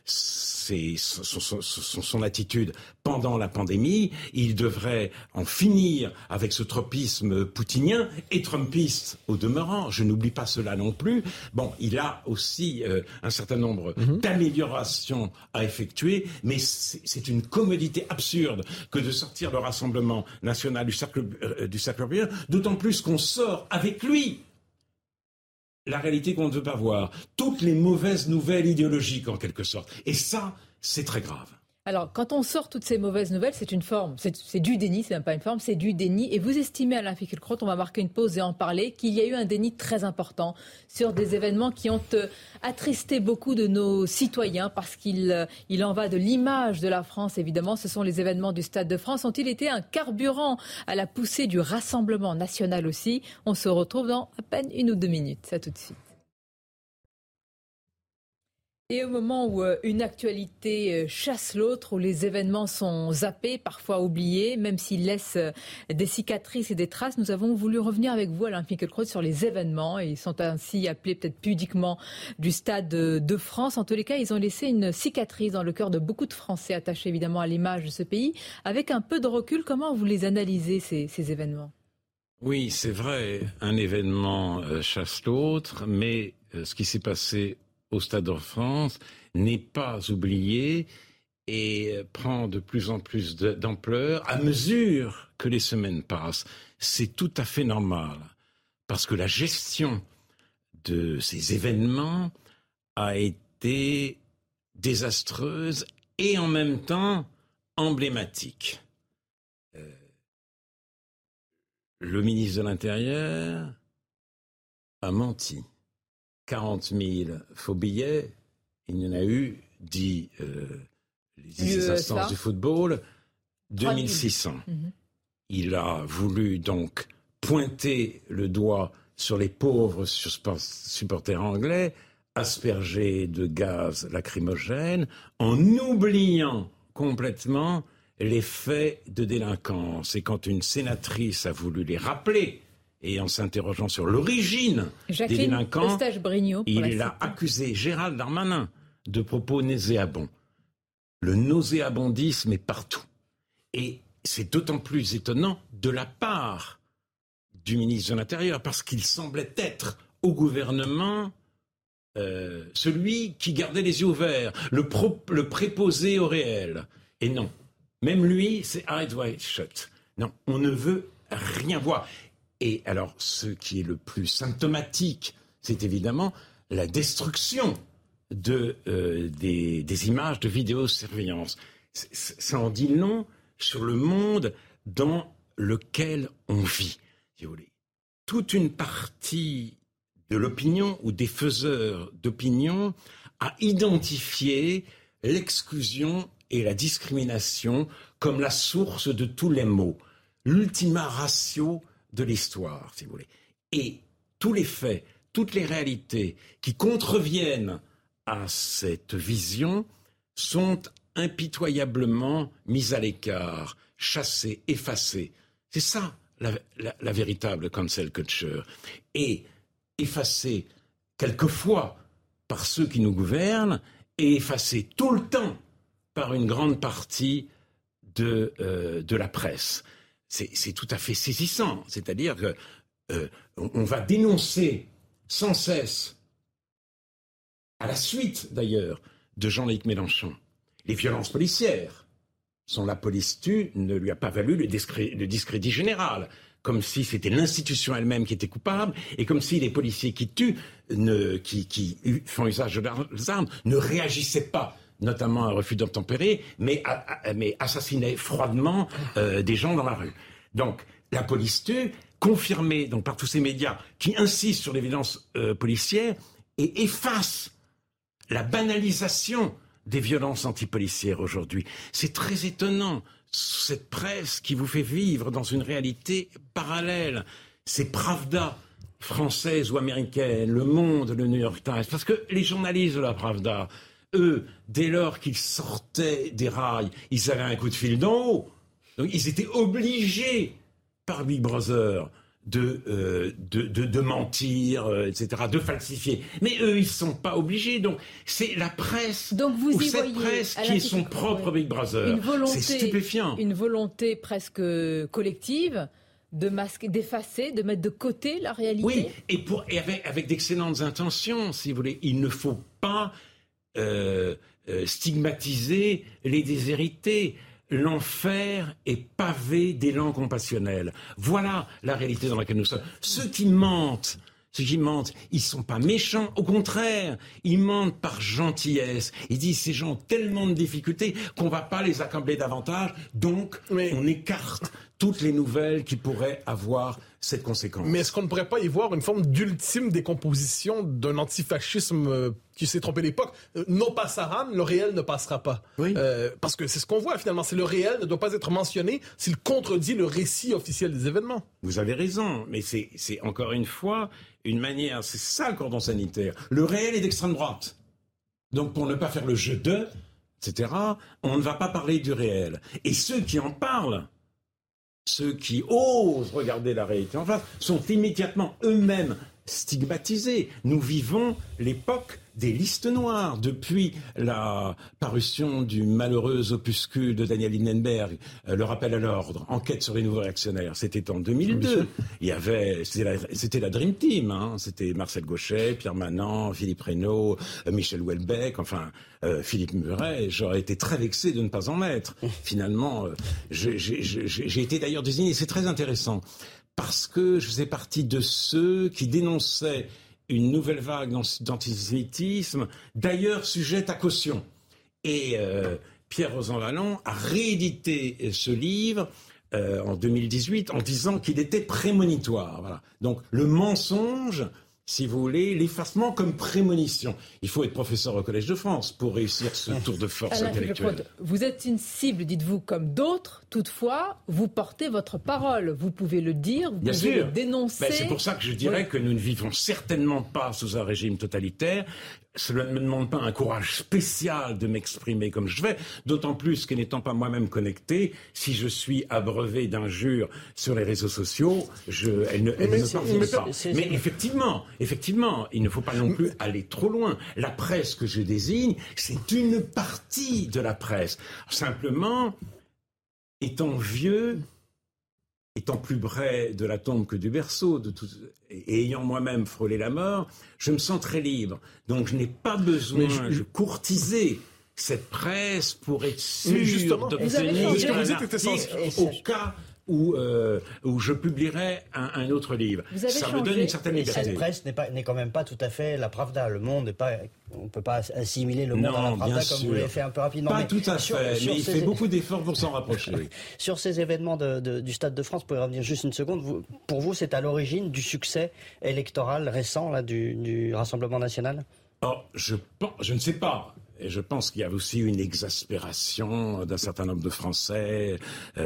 son attitude pendant la pandémie. Il devrait en finir avec ce tropisme poutinien et trumpiste au demeurant. Je n'oublie pas cela non plus. Bon, il a aussi un certain nombre d'améliorations à effectuer, mais c'est une commodité absurde que de sortir le Rassemblement national du cercle européen, d'autant plus qu'on sort avec lui la réalité qu'on ne veut pas voir, toutes les mauvaises nouvelles idéologiques en quelque sorte. Et ça, c'est très grave. Alors, quand on sort toutes ces mauvaises nouvelles, c'est une forme, c'est du déni, c'est même pas une forme, c'est du déni. Et vous estimez, Alain Finkielkraut, on va marquer une pause et en parler, qu'il y a eu un déni très important sur des événements qui ont attristé beaucoup de nos citoyens, parce qu'il en va de l'image de la France, évidemment. Ce sont les événements du Stade de France. Ont-ils été un carburant à la poussée du Rassemblement national aussi? On se retrouve dans à peine 1 ou 2 minutes. À tout de suite. Et au moment où une actualité chasse l'autre, où les événements sont zappés, parfois oubliés, même s'ils laissent des cicatrices et des traces, nous avons voulu revenir avec vous, Alain Finkielkraut, sur les événements. Ils sont ainsi appelés peut-être pudiquement du Stade de France. En tous les cas, ils ont laissé une cicatrice dans le cœur de beaucoup de Français, attachés évidemment à l'image de ce pays. Avec un peu de recul, comment vous les analysez, ces événements? Oui, c'est vrai, un événement chasse l'autre, mais ce qui s'est passé au Stade de France n'est pas oublié et prend de plus en plus d'ampleur à mesure que les semaines passent. C'est tout à fait normal, parce que la gestion de ces événements a été désastreuse et en même temps emblématique. Le ministre de l'Intérieur a menti. 40 000 faux billets, il y en a eu, dit les instances du football, 2600. Il a voulu donc pointer le doigt sur les pauvres supporters anglais, asperger de gaz lacrymogène, en oubliant complètement les faits de délinquance. Et quand une sénatrice a voulu les rappeler, et en s'interrogeant sur l'origine des délinquants, il a accusé Gérald Darmanin de propos nauséabonds. Le nauséabondisme est partout. Et c'est d'autant plus étonnant de la part du ministre de l'Intérieur, parce qu'il semblait être au gouvernement celui qui gardait les yeux ouverts, le préposé au réel. Et non, même lui, c'est eyes wide shut. Non, on ne veut rien voir. Et alors, ce qui est le plus symptomatique, c'est évidemment la destruction des images de vidéosurveillance. Ça en dit long sur le monde dans lequel on vit, si vous voulez. Toute une partie de l'opinion ou des faiseurs d'opinion a identifié l'exclusion et la discrimination comme la source de tous les maux, l'ultima ratio de l'histoire, si vous voulez. Et tous les faits, toutes les réalités qui contreviennent à cette vision sont impitoyablement mises à l'écart, chassées, effacées. C'est ça la véritable cancel culture. Et effacée quelquefois par ceux qui nous gouvernent et effacée tout le temps par une grande partie de la presse. C'est tout à fait saisissant. C'est-à-dire que on va dénoncer sans cesse, à la suite d'ailleurs de Jean-Luc Mélenchon, les violences policières. Son La police tue ne lui a pas valu le discrédit général, comme si c'était l'institution elle-même qui était coupable, et comme si les policiers qui tuent, qui font usage de leurs armes, ne réagissaient pas, notamment à un refus d'obtempérer, mais assassinaient froidement des gens dans la rue. Donc, La police tue, confirmée donc, par tous ces médias qui insistent sur les violences policières et effacent la banalisation des violences antipolicières aujourd'hui. C'est très étonnant, cette presse qui vous fait vivre dans une réalité parallèle. C'est Pravda, française ou américaine, Le Monde, le New York Times, parce que les journalistes de la Pravda, eux, dès lors qu'ils sortaient des rails, ils avaient un coup de fil d'en haut. Donc ils étaient obligés par Big Brother de mentir, etc., de falsifier. Mais eux, ils ne sont pas obligés. Donc, c'est la presse, donc vous ou y cette voyez, presse qui est son propre Big Brother. C'est stupéfiant. Une volonté presque collective de masquer, d'effacer, de mettre de côté la réalité. Oui, et avec d'excellentes intentions, si vous voulez. Il ne faut pas stigmatiser les déshérités. L'enfer est pavé d'élan compassionnel. Voilà la réalité dans laquelle nous sommes. Ceux qui mentent, ils sont pas méchants. Au contraire, ils mentent par gentillesse. Ils disent ces gens ont tellement de difficultés qu'on va pas les accabler davantage. Donc, on écarte toutes les nouvelles qui pourraient avoir cette conséquence. Mais est-ce qu'on ne pourrait pas y voir une forme d'ultime décomposition d'un antifascisme qui s'est trompé d'époque? Non passaran, le réel ne passera pas. Oui. Parce que c'est ce qu'on voit finalement. C'est le réel ne doit pas être mentionné s'il contredit le récit officiel des événements. Vous avez raison, mais c'est encore une fois une manière, c'est ça le cordon sanitaire. Le réel est d'extrême droite. Donc pour ne pas faire le jeu de, etc., on ne va pas parler du réel. Et ceux qui en parlent, ceux qui osent regarder la réalité en face, sont immédiatement eux-mêmes stigmatisés. Nous vivons l'époque des listes noires depuis la parution du malheureux opuscule de Daniel Lindenberg, Le rappel à l'ordre, enquête sur les nouveaux réactionnaires. C'était en 2002. C'était la Dream Team. Hein. C'était Marcel Gauchet, Pierre Manant, Philippe Reynaud, Michel Houellebecq, Philippe Muret. J'aurais été très vexé de ne pas en mettre. Finalement, j'ai été d'ailleurs désigné. C'est très intéressant. Parce que je faisais partie de ceux qui dénonçaient une nouvelle vague d'antisémitisme, d'ailleurs sujette à caution. Et Pierre Rosanvallon a réédité ce livre en 2018 en disant qu'il était prémonitoire. Voilà. Donc le mensonge, si vous voulez, l'effacement comme prémonition. Il faut être professeur au Collège de France pour réussir ce tour de force intellectuelle. Vous êtes une cible, dites-vous, comme d'autres. Toutefois, vous portez votre parole. Vous pouvez le dire, vous pouvez le dénoncer. C'est pour ça que je dirais que nous ne vivons certainement pas sous un régime totalitaire. Cela ne me demande pas un courage spécial de m'exprimer comme je vais, d'autant plus que n'étant pas moi-même connecté, si je suis abreuvé d'injures sur les réseaux sociaux, elles ne parviennent pas. Mais effectivement, il ne faut pas non plus aller trop loin. La presse que je désigne, c'est une partie de la presse. Simplement, étant vieux, étant plus près de la tombe que du berceau, et ayant moi-même frôlé la mort, je me sens très libre. Donc je n'ai pas besoin de courtiser cette presse pour être sûr d'obtenir un article au cas où je publierai un autre livre. Ça me donne une certaine liberté. Cette presse n'est quand même pas tout à fait la Pravda. Le Monde n'est pas... On ne peut pas assimiler le Monde à la Pravda comme vous l'avez fait un peu rapidement. Pas tout à fait, mais il fait beaucoup d'efforts pour s'en rapprocher. Sur ces événements du Stade de France, vous pouvez revenir juste une seconde. Pour vous, c'est à l'origine du succès électoral récent là, du Rassemblement national ? Je ne sais pas. Et je pense qu'il y a aussi une exaspération d'un certain nombre de Français,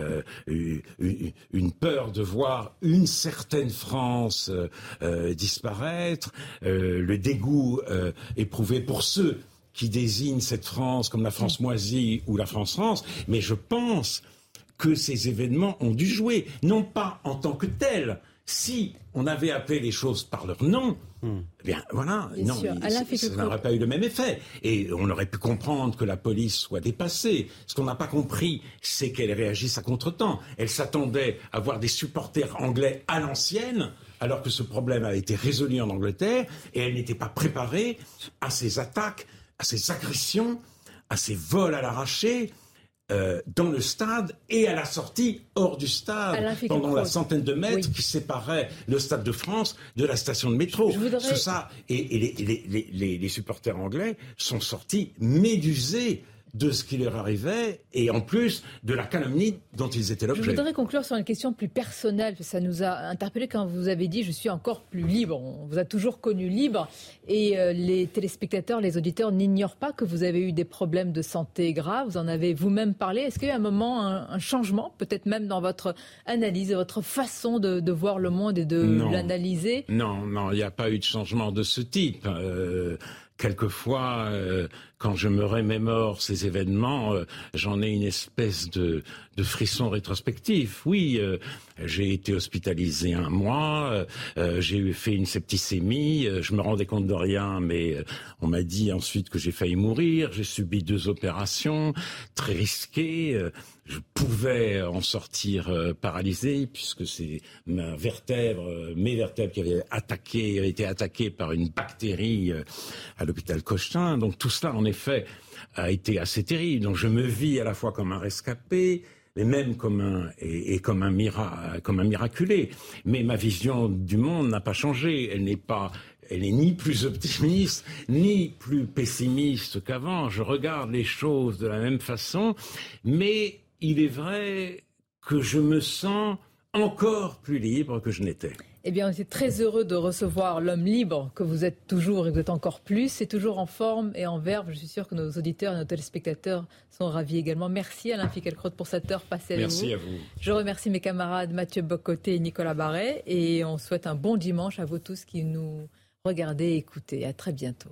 une peur de voir une certaine France disparaître, le dégoût éprouvé pour ceux qui désignent cette France comme la France moisie ou la France-France. Mais je pense que ces événements ont dû jouer, non pas en tant que tels. Si on avait appelé les choses par leur nom, eh bien voilà, ça n'aurait pas eu le même effet. Et on aurait pu comprendre que la police soit dépassée. Ce qu'on n'a pas compris, c'est qu'elle réagisse à contre-temps. Elle s'attendait à voir des supporters anglais à l'ancienne, alors que ce problème a été résolu en Angleterre, et elle n'était pas préparée à ces attaques, à ces agressions, à ces vols à l'arraché, dans le stade et à la sortie hors du stade, pendant la centaine de mètres qui séparaient le Stade de France de la station de métro. Tout ça, et les supporters anglais sont sortis médusés de ce qui leur arrivait et en plus de la calomnie dont ils étaient l'objet. Je voudrais conclure sur une question plus personnelle. Ça nous a interpellés quand vous avez dit « je suis encore plus libre ». On vous a toujours connu libre et les téléspectateurs, les auditeurs n'ignorent pas que vous avez eu des problèmes de santé graves. Vous en avez vous-même parlé. Est-ce qu'il y a un moment, un changement, peut-être même dans votre analyse, votre façon de voir le monde et de l'analyser ? Non, il n'y a pas eu de changement de ce type. Quelquefois, quand je me remémore ces événements, j'en ai une espèce de frisson rétrospectif. Oui, j'ai été hospitalisé 1 mois, j'ai fait une septicémie, je me rendais compte de rien, mais on m'a dit ensuite que j'ai failli mourir. J'ai subi 2 opérations très risquées. Je pouvais en sortir paralysé puisque c'est mes vertèbres qui avaient été attaquées par une bactérie à l'hôpital Cochin. Donc tout cela, en effet, a été assez terrible. Donc je me vis à la fois comme un rescapé, mais même comme un miraculé. Mais ma vision du monde n'a pas changé. Elle n'est ni plus optimiste, ni plus pessimiste qu'avant. Je regarde les choses de la même façon, mais il est vrai que je me sens encore plus libre que je n'étais. Eh bien, on était très heureux de recevoir l'homme libre que vous êtes toujours et que vous êtes encore plus. C'est toujours en forme et en verve. Je suis sûr que nos auditeurs et nos téléspectateurs sont ravis également. Merci Alain Finkielkraut pour cette heure passée avec vous. Merci à vous. Je remercie mes camarades Mathieu Bocoté et Nicolas Barret. Et on souhaite un bon dimanche à vous tous qui nous regardez et écoutez. À très bientôt.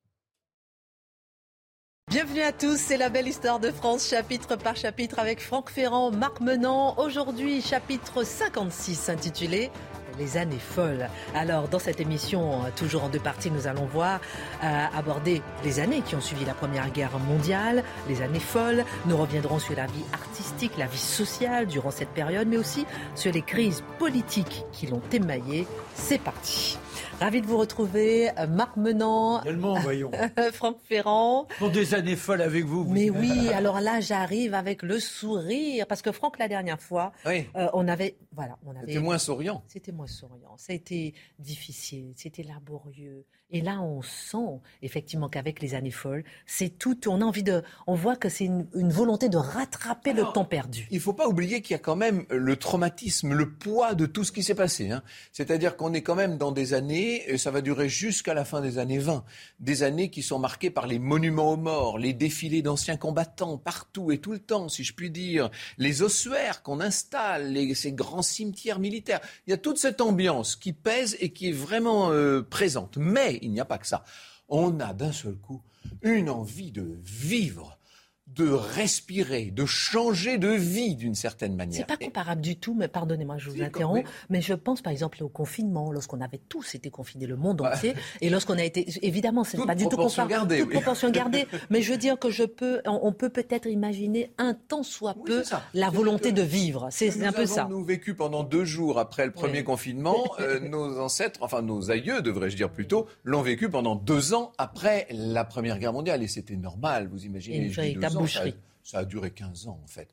Bienvenue à tous, c'est la belle histoire de France, chapitre par chapitre avec Franck Ferrand, Marc Menant. Aujourd'hui, chapitre 56 intitulé Les années folles. Alors, dans cette émission, toujours en 2 parties, nous allons aborder les années qui ont suivi la Première Guerre mondiale, les années folles. Nous reviendrons sur la vie artistique, la vie sociale durant cette période, mais aussi sur les crises politiques qui l'ont émaillée. C'est parti. Ravi de vous retrouver, Marc Menant, tellement, voyons. Franck Ferrand. Pour des années folles avec vous. Mais oui, alors là, j'arrive avec le sourire. Parce que Franck, la dernière fois, on avait... C'était moins souriant. Ça a été difficile, c'était laborieux. Et là, on sent effectivement qu'avec les années folles, c'est tout. On voit que c'est une volonté de rattraper le temps perdu. Il ne faut pas oublier qu'il y a quand même le traumatisme, le poids de tout ce qui s'est passé. C'est-à-dire qu'on est quand même dans des années, et ça va durer jusqu'à la fin des années 20, des années qui sont marquées par les monuments aux morts, les défilés d'anciens combattants partout et tout le temps, si je puis dire, les ossuaires qu'on installe, ces grands cimetières militaires. Il y a toute cette ambiance qui pèse et qui est vraiment présente. Mais il n'y a pas que ça. On a d'un seul coup une envie de vivre. de respirer, de changer de vie d'une certaine manière. C'est pas comparable du tout, mais pardonnez-moi, je vous interromps, mais je pense par exemple au confinement, lorsqu'on avait tous été confinés, le monde entier, et lorsqu'on a été, évidemment, c'est pas du tout comparable, toute proportion gardée, mais je veux dire que on peut peut-être imaginer un tant soit peu la volonté de vivre, c'est un peu ça. Nous vécu pendant 2 jours après le premier confinement, nos ancêtres, enfin nos aïeux, devrais-je dire plutôt, l'ont vécu pendant 2 ans après la Première Guerre mondiale, et c'était normal, vous imaginez. Ça a duré 15 ans, en fait.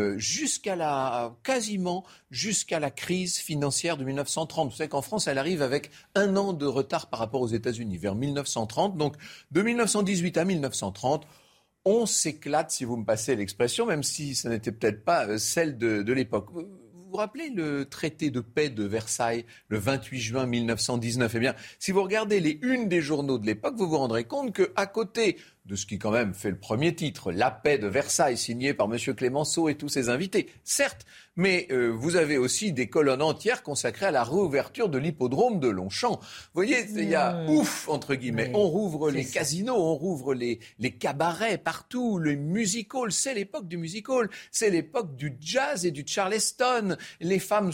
Quasiment jusqu'à la crise financière de 1930. Vous savez qu'en France, elle arrive avec 1 an de retard par rapport aux États-Unis, vers 1930. Donc, de 1918 à 1930, on s'éclate, si vous me passez l'expression, même si ce n'était peut-être pas celle de l'époque. Vous vous rappelez le traité de paix de Versailles, le 28 juin 1919 ? Eh bien, si vous regardez les unes des journaux de l'époque, vous vous rendrez compte qu'à côté de ce qui quand même fait le premier titre, la paix de Versailles, signé par M. Clémenceau et tous ses invités, certes, mais vous avez aussi des colonnes entières consacrées à la réouverture de l'hippodrome de Longchamp. Vous voyez, il y a ouf, entre guillemets, on rouvre les casinos, on rouvre les cabarets partout, les music halls, c'est l'époque du music hall, c'est l'époque du jazz et du charleston. Les femmes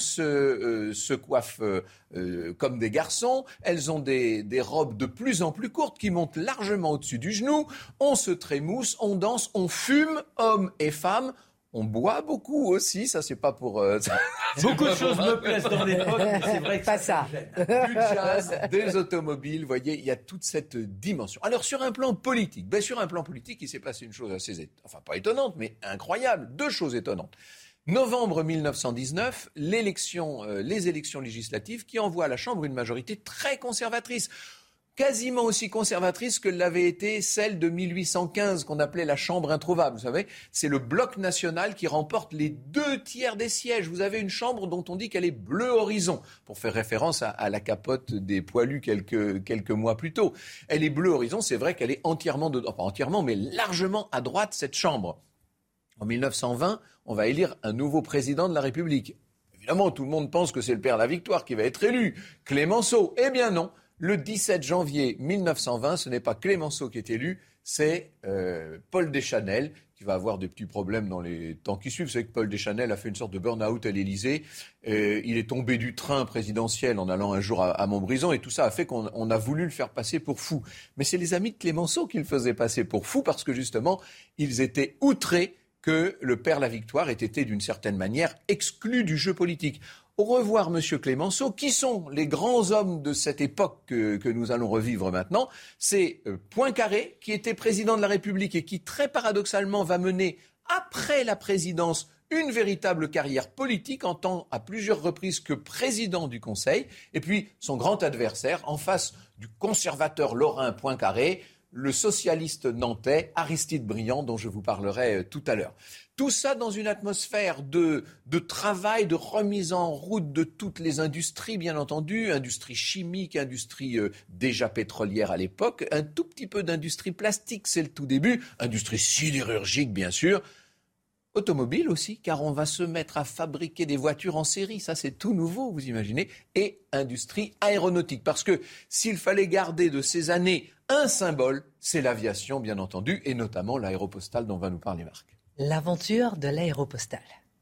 se coiffent comme des garçons, elles ont des robes de plus en plus courtes qui montent largement au-dessus du genou, on se trémousse, on danse, on fume, hommes et femmes. On boit beaucoup aussi, ça c'est pas pour... Beaucoup de choses me plaisent dans l'époque, mais c'est vrai que pas ça. Du jazz, des automobiles, vous voyez, il y a toute cette dimension. Alors sur un plan politique, il s'est passé une chose assez, pas étonnante, mais incroyable, 2 choses étonnantes. Novembre 1919, les élections législatives qui envoient à la Chambre une majorité très conservatrice. Quasiment aussi conservatrice que l'avait été celle de 1815, qu'on appelait la Chambre introuvable. Vous savez, c'est le bloc national qui remporte les 2/3 des sièges. Vous avez une Chambre dont on dit qu'elle est bleu horizon, pour faire référence à la capote des poilus quelques mois plus tôt. Elle est bleu horizon, c'est vrai qu'elle est entièrement, pas entièrement, mais largement à droite, cette Chambre. En 1920, on va élire un nouveau président de la République. Évidemment, tout le monde pense que c'est le père Lavictoire qui va être élu, Clémenceau. Eh bien non. Le 17 janvier 1920, ce n'est pas Clémenceau qui est élu, c'est Paul Deschanel qui va avoir des petits problèmes dans les temps qui suivent. Vous savez que Paul Deschanel a fait une sorte de burn-out à l'Élysée. Il est tombé du train présidentiel en allant un jour à Montbrison et tout ça a fait qu'on a voulu le faire passer pour fou. Mais c'est les amis de Clémenceau qui le faisaient passer pour fou parce que justement, ils étaient outrés que le père Lavictoire ait été d'une certaine manière exclu du jeu politique. Au revoir, Monsieur Clémenceau. Qui sont les grands hommes de cette époque que nous allons revivre maintenant ? C'est Poincaré, qui était président de la République et qui, très paradoxalement, va mener, après la présidence, une véritable carrière politique en tant à plusieurs reprises que président du Conseil. Et puis, son grand adversaire, en face du conservateur lorrain Poincaré, le socialiste nantais Aristide Briand, dont je vous parlerai tout à l'heure. Tout ça dans une atmosphère de travail, de remise en route de toutes les industries, bien entendu, industrie chimique, industrie déjà pétrolière à l'époque, un tout petit peu d'industrie plastique, c'est le tout début, industrie sidérurgique, bien sûr, automobile aussi, car on va se mettre à fabriquer des voitures en série, ça c'est tout nouveau, vous imaginez, et industrie aéronautique, parce que s'il fallait garder de ces années un symbole, c'est l'aviation, bien entendu, et notamment l'aéropostale dont va nous parler Marc. L'aventure de l'aéropostale.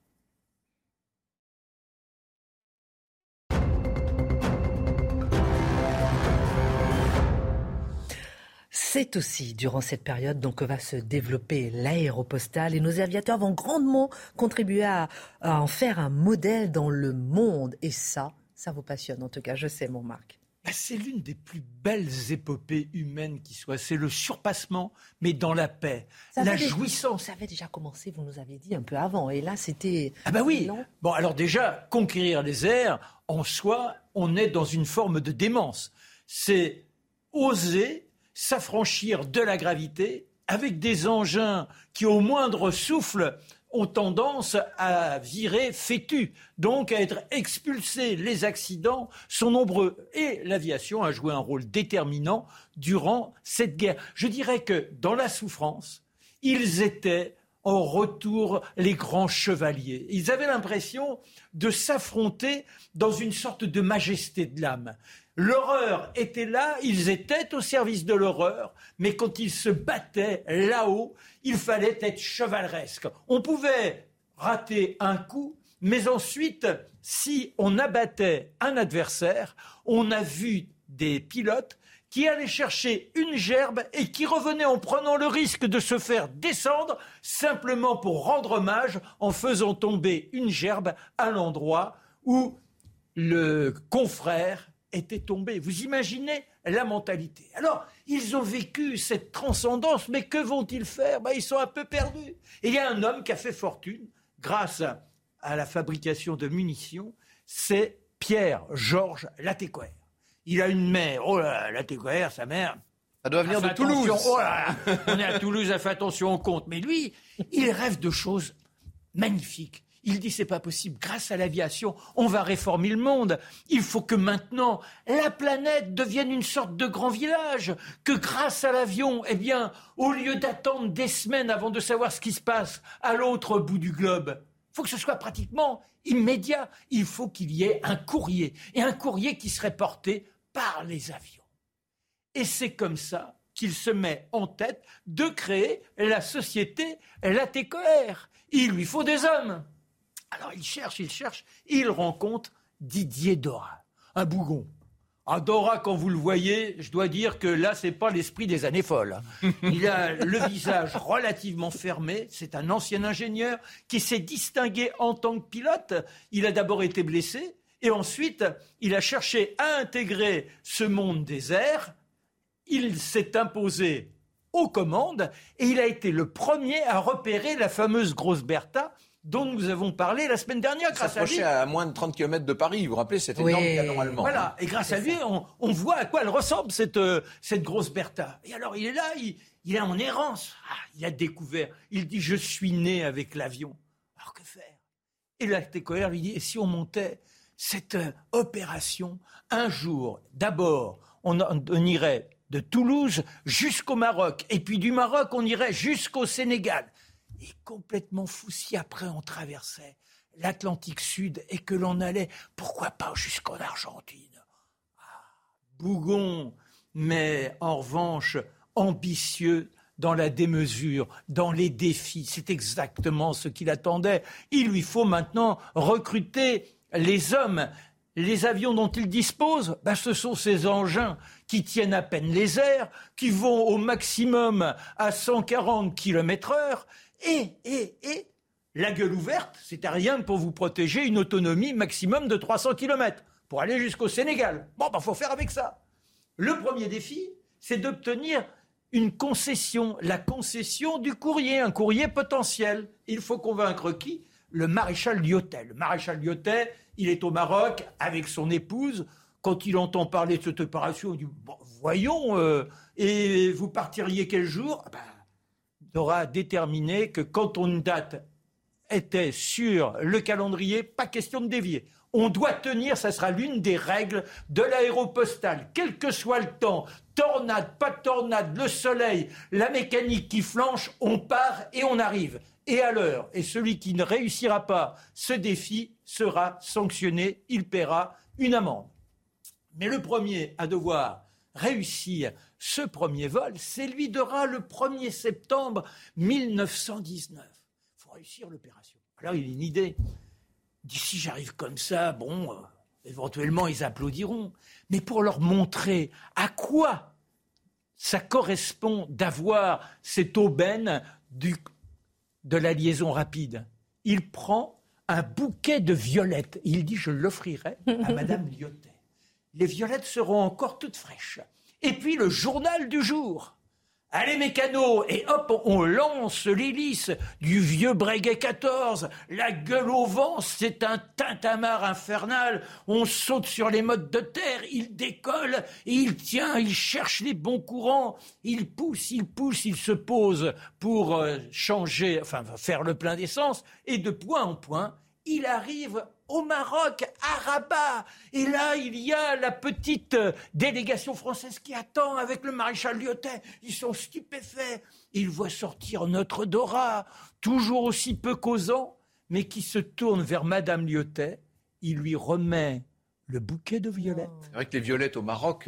C'est aussi durant cette période donc, que va se développer l'aéropostale et nos aviateurs vont grandement contribuer à en faire un modèle dans le monde. Et ça vous passionne en tout cas, je sais mon Marc. C'est l'une des plus belles épopées humaines qui soit. C'est le surpassement, mais dans la paix. La jouissance. Ça avait déjà commencé, vous nous avez dit un peu avant. Et là, c'était... Ah bah oui. Bon, alors déjà, conquérir les airs, en soi, on est dans une forme de démence. C'est oser s'affranchir de la gravité avec des engins qui, au moindre souffle, ont tendance à virer fétus, donc à être expulsés. Les accidents sont nombreux et l'aviation a joué un rôle déterminant durant cette guerre. Je dirais que dans la souffrance, ils étaient en retour les grands chevaliers. Ils avaient l'impression de s'affronter dans une sorte de majesté de l'âme. L'horreur était là, ils étaient au service de l'horreur, mais quand ils se battaient là-haut, il fallait être chevaleresque. On pouvait rater un coup, mais ensuite, si on abattait un adversaire, on a vu des pilotes qui allaient chercher une gerbe et qui revenaient en prenant le risque de se faire descendre simplement pour rendre hommage en faisant tomber une gerbe à l'endroit où le confrère était tombé. Vous imaginez la mentalité. Alors, ils ont vécu cette transcendance, mais que vont-ils faire ? Ils sont un peu perdus. Et il y a un homme qui a fait fortune grâce à la fabrication de munitions, c'est Pierre-Georges Latécoère. Il a une mère, oh là là, Latécoère, sa mère... Ça doit venir de Toulouse. Oh là là, on est à Toulouse, elle fait attention au compte. Mais lui, il rêve de choses magnifiques. Il dit, c'est pas possible, grâce à l'aviation, on va réformer le monde. Il faut que maintenant, la planète devienne une sorte de grand village. Que grâce à l'avion, eh bien, au lieu d'attendre des semaines avant de savoir ce qui se passe à l'autre bout du globe, il faut que ce soit pratiquement immédiat. Il faut qu'il y ait un courrier. Et un courrier qui serait porté par les avions. Et c'est comme ça qu'il se met en tête de créer la société Latécoère. Il lui faut des hommes. Alors il cherche, il rencontre Didier Dora, un bougon. Ah, Dora, quand vous le voyez, je dois dire que là, c'est pas l'esprit des années folles. Il a le visage relativement fermé, c'est un ancien ingénieur qui s'est distingué en tant que pilote. Il a d'abord été blessé et ensuite, il a cherché à intégrer ce monde des airs. Il s'est imposé aux commandes et il a été le premier à repérer la fameuse grosse Bertha dont nous avons parlé la semaine dernière. Grâce à lui, à moins de 30 km de Paris, vous vous rappelez cet énorme canon allemand. Voilà, et grâce à lui, on voit à quoi elle ressemble, cette grosse Bertha. Et alors, il est là, il est en errance. Il a découvert, il dit, je suis né avec l'avion. Alors, que faire ? Et Latécoère lui dit, et si on montait cette opération, un jour, d'abord, on irait de Toulouse jusqu'au Maroc, et puis du Maroc, on irait jusqu'au Sénégal. Et complètement fou, si après on traversait l'Atlantique Sud et que l'on allait, pourquoi pas jusqu'en Argentine. Bougon, mais en revanche ambitieux dans la démesure, dans les défis. C'est exactement ce qu'il attendait. Il lui faut maintenant recruter les hommes. Les avions dont il dispose, ce sont ces engins qui tiennent à peine les airs, qui vont au maximum à 140 km/h. Et la gueule ouverte, c'est à rien pour vous protéger une autonomie maximum de 300 km pour aller jusqu'au Sénégal. Faut faire avec ça. Le premier défi, c'est d'obtenir une concession, la concession du courrier, un courrier potentiel. Il faut convaincre qui ? Le maréchal Lyautey. Le maréchal Lyautey, il est au Maroc avec son épouse. Quand il entend parler de cette opération, il dit voyons, et vous partiriez quel jour ? Dora a déterminé que quand une date était sur le calendrier, pas question de dévier. On doit tenir, ça sera l'une des règles de l'aéropostale, quel que soit le temps, tornade, pas de tornade, le soleil, la mécanique qui flanche, on part et on arrive. Et à l'heure, et celui qui ne réussira pas ce défi sera sanctionné, il paiera une amende. Mais le premier à devoir réussir ce premier vol, c'est lui Dora le 1er septembre 1919. Il faut réussir l'opération. Alors il a une idée. Il dit, si j'arrive comme ça, éventuellement ils applaudiront. Mais pour leur montrer à quoi ça correspond d'avoir cette aubaine de la liaison rapide, il prend un bouquet de violettes. Il dit, je l'offrirai à Madame Lyautey. Les violettes seront encore toutes fraîches. Et puis le journal du jour. Allez mécanos, et hop, on lance l'hélice du vieux Breguet 14. La gueule au vent, c'est un tintamarre infernal. On saute sur les mottes de terre, il décolle, et il tient, il cherche les bons courants. Il pousse, il se pose pour faire le plein d'essence. Et de point en point, il arrive au Maroc, à Rabat. Et là, il y a la petite délégation française qui attend avec le maréchal Lyautey. Ils sont stupéfaits. Ils voient sortir notre Dora, toujours aussi peu causant, mais qui se tourne vers Madame Lyautey. Il lui remet le bouquet de violettes. C'est vrai que les violettes au Maroc...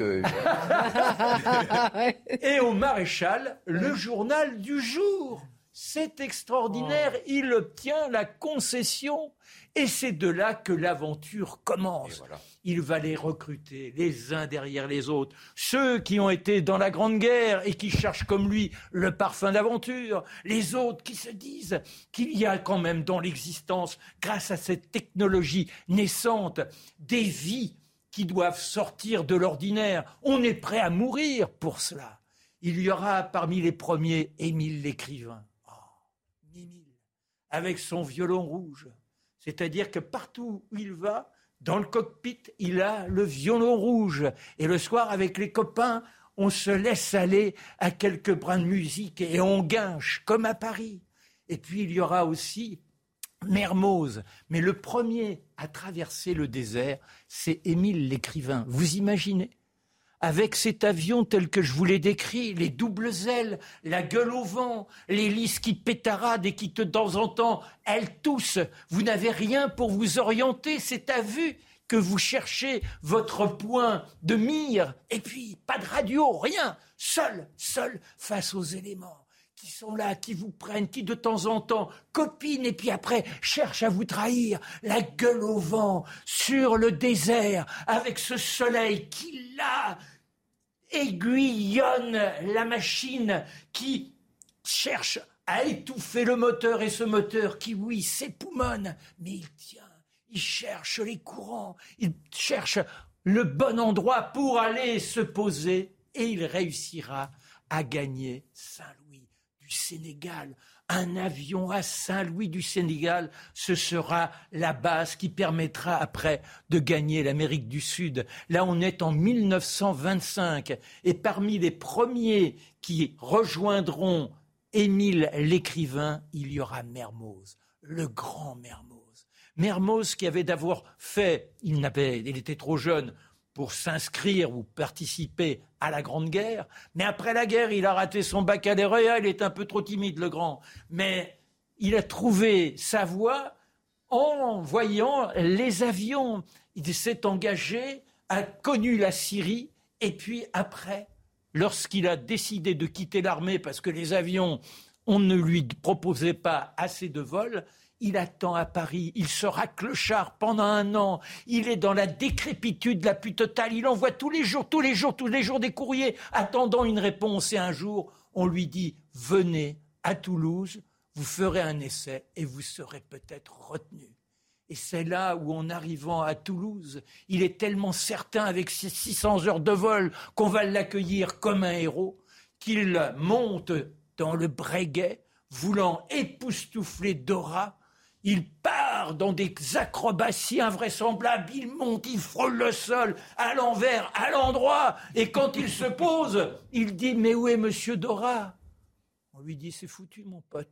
Et au maréchal, le journal du jour. C'est extraordinaire, il obtient la concession. Et c'est de là que l'aventure commence. Voilà. Il va les recruter, les uns derrière les autres. Ceux qui ont été dans la Grande Guerre et qui cherchent comme lui le parfum d'aventure. Les autres qui se disent qu'il y a quand même dans l'existence, grâce à cette technologie naissante, des vies qui doivent sortir de l'ordinaire. On est prêt à mourir pour cela. Il y aura parmi les premiers Émile l'écrivain. Émile, avec son violon rouge. C'est-à-dire que partout où il va, dans le cockpit, il a le violon rouge. Et le soir, avec les copains, on se laisse aller à quelques brins de musique et on guinche, comme à Paris. Et puis, il y aura aussi Mermoz. Mais le premier à traverser le désert, c'est Émile l'écrivain. Vous imaginez ? Avec cet avion tel que je vous l'ai décrit, les doubles ailes, la gueule au vent, l'hélice qui pétarade et qui de temps en temps, elle tousse. Vous n'avez rien pour vous orienter, c'est à vue que vous cherchez votre point de mire. Et puis, pas de radio, rien, seul face aux éléments qui sont là, qui vous prennent, qui de temps en temps copinent et puis après cherchent à vous trahir, la gueule au vent, sur le désert, avec ce soleil qui là aiguillonne la machine, qui cherche à étouffer le moteur et ce moteur qui, oui, s'époumonne, mais il tient, il cherche les courants, il cherche le bon endroit pour aller se poser et il réussira à gagner Saint-Louis du Sénégal. Un avion à Saint-Louis du Sénégal, ce sera la base qui permettra après de gagner l'Amérique du Sud. Là, on est en 1925 et parmi les premiers qui rejoindront Émile l'écrivain, il y aura Mermoz, le grand Mermoz. Mermoz qui avait d'abord fait, il était trop jeune pour s'inscrire ou participer à la Grande Guerre. Mais après la guerre, il a raté son baccalauréat, il est un peu trop timide, le grand. Mais il a trouvé sa voie en voyant les avions. Il s'est engagé, a connu la Syrie, et puis après, lorsqu'il a décidé de quitter l'armée parce que les avions, on ne lui proposait pas assez de vols, il attend à Paris, il sera clochard pendant 1 an, il est dans la décrépitude la plus totale, il envoie tous les jours des courriers attendant une réponse et un jour on lui dit « Venez à Toulouse, vous ferez un essai et vous serez peut-être retenu ». Et c'est là où, en arrivant à Toulouse, il est tellement certain avec ses 600 heures de vol qu'on va l'accueillir comme un héros qu'il monte dans le Breguet, voulant époustoufler Dora. Il part dans des acrobaties invraisemblables, il monte, il frôle le sol, à l'envers, à l'endroit. Et quand il se pose, il dit « Mais où est Monsieur Dora ?» On lui dit « C'est foutu, mon pote. »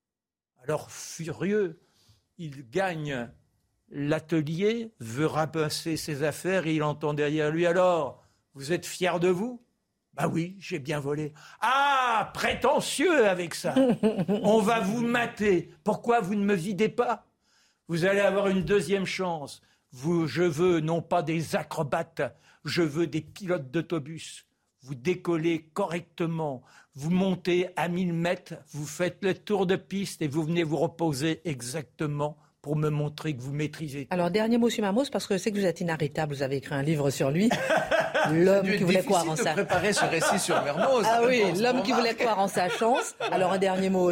Alors, furieux, il gagne l'atelier, veut ramasser ses affaires et il entend derrière lui « Alors, vous êtes fiers de vous ?» « Ah oui, j'ai bien volé. »« Ah, prétentieux avec ça. On va vous mater. Pourquoi vous ne me videz pas ? Vous allez avoir une deuxième chance. Je veux non pas des acrobates, je veux des pilotes d'autobus. Vous décollez correctement, vous montez à 1000 mètres, vous faites le tour de piste et vous venez vous reposer exactement pour me montrer que vous maîtrisez. Alors, dernier mot sur Mermoz, parce que je sais que vous êtes inarrêtable, vous avez écrit un livre sur lui. L'homme qui voulait croire en sa... préparer ce récit sur Mermoz. Ah oui, l'homme qui voulait croire en sa chance. Alors, un dernier mot.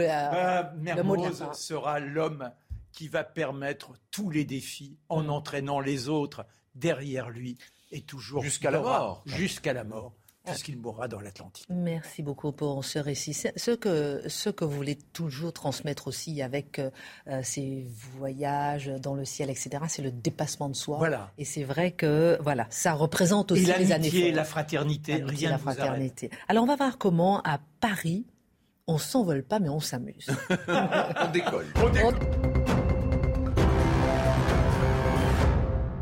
Mermoz sera l'homme qui va permettre tous les défis en entraînant les autres derrière lui et toujours jusqu'à la mort. Jusqu'à la mort. Puisqu'il mourra dans l'Atlantique. Merci beaucoup pour ce récit. Ce que vous voulez toujours transmettre aussi avec ces voyages dans le ciel, etc., c'est le dépassement de soi. Voilà. Et c'est vrai que ça représente aussi les années folles. La fraternité, rien ne vous arrête. Alors on va voir comment à Paris, on s'envole pas mais on s'amuse. On décolle.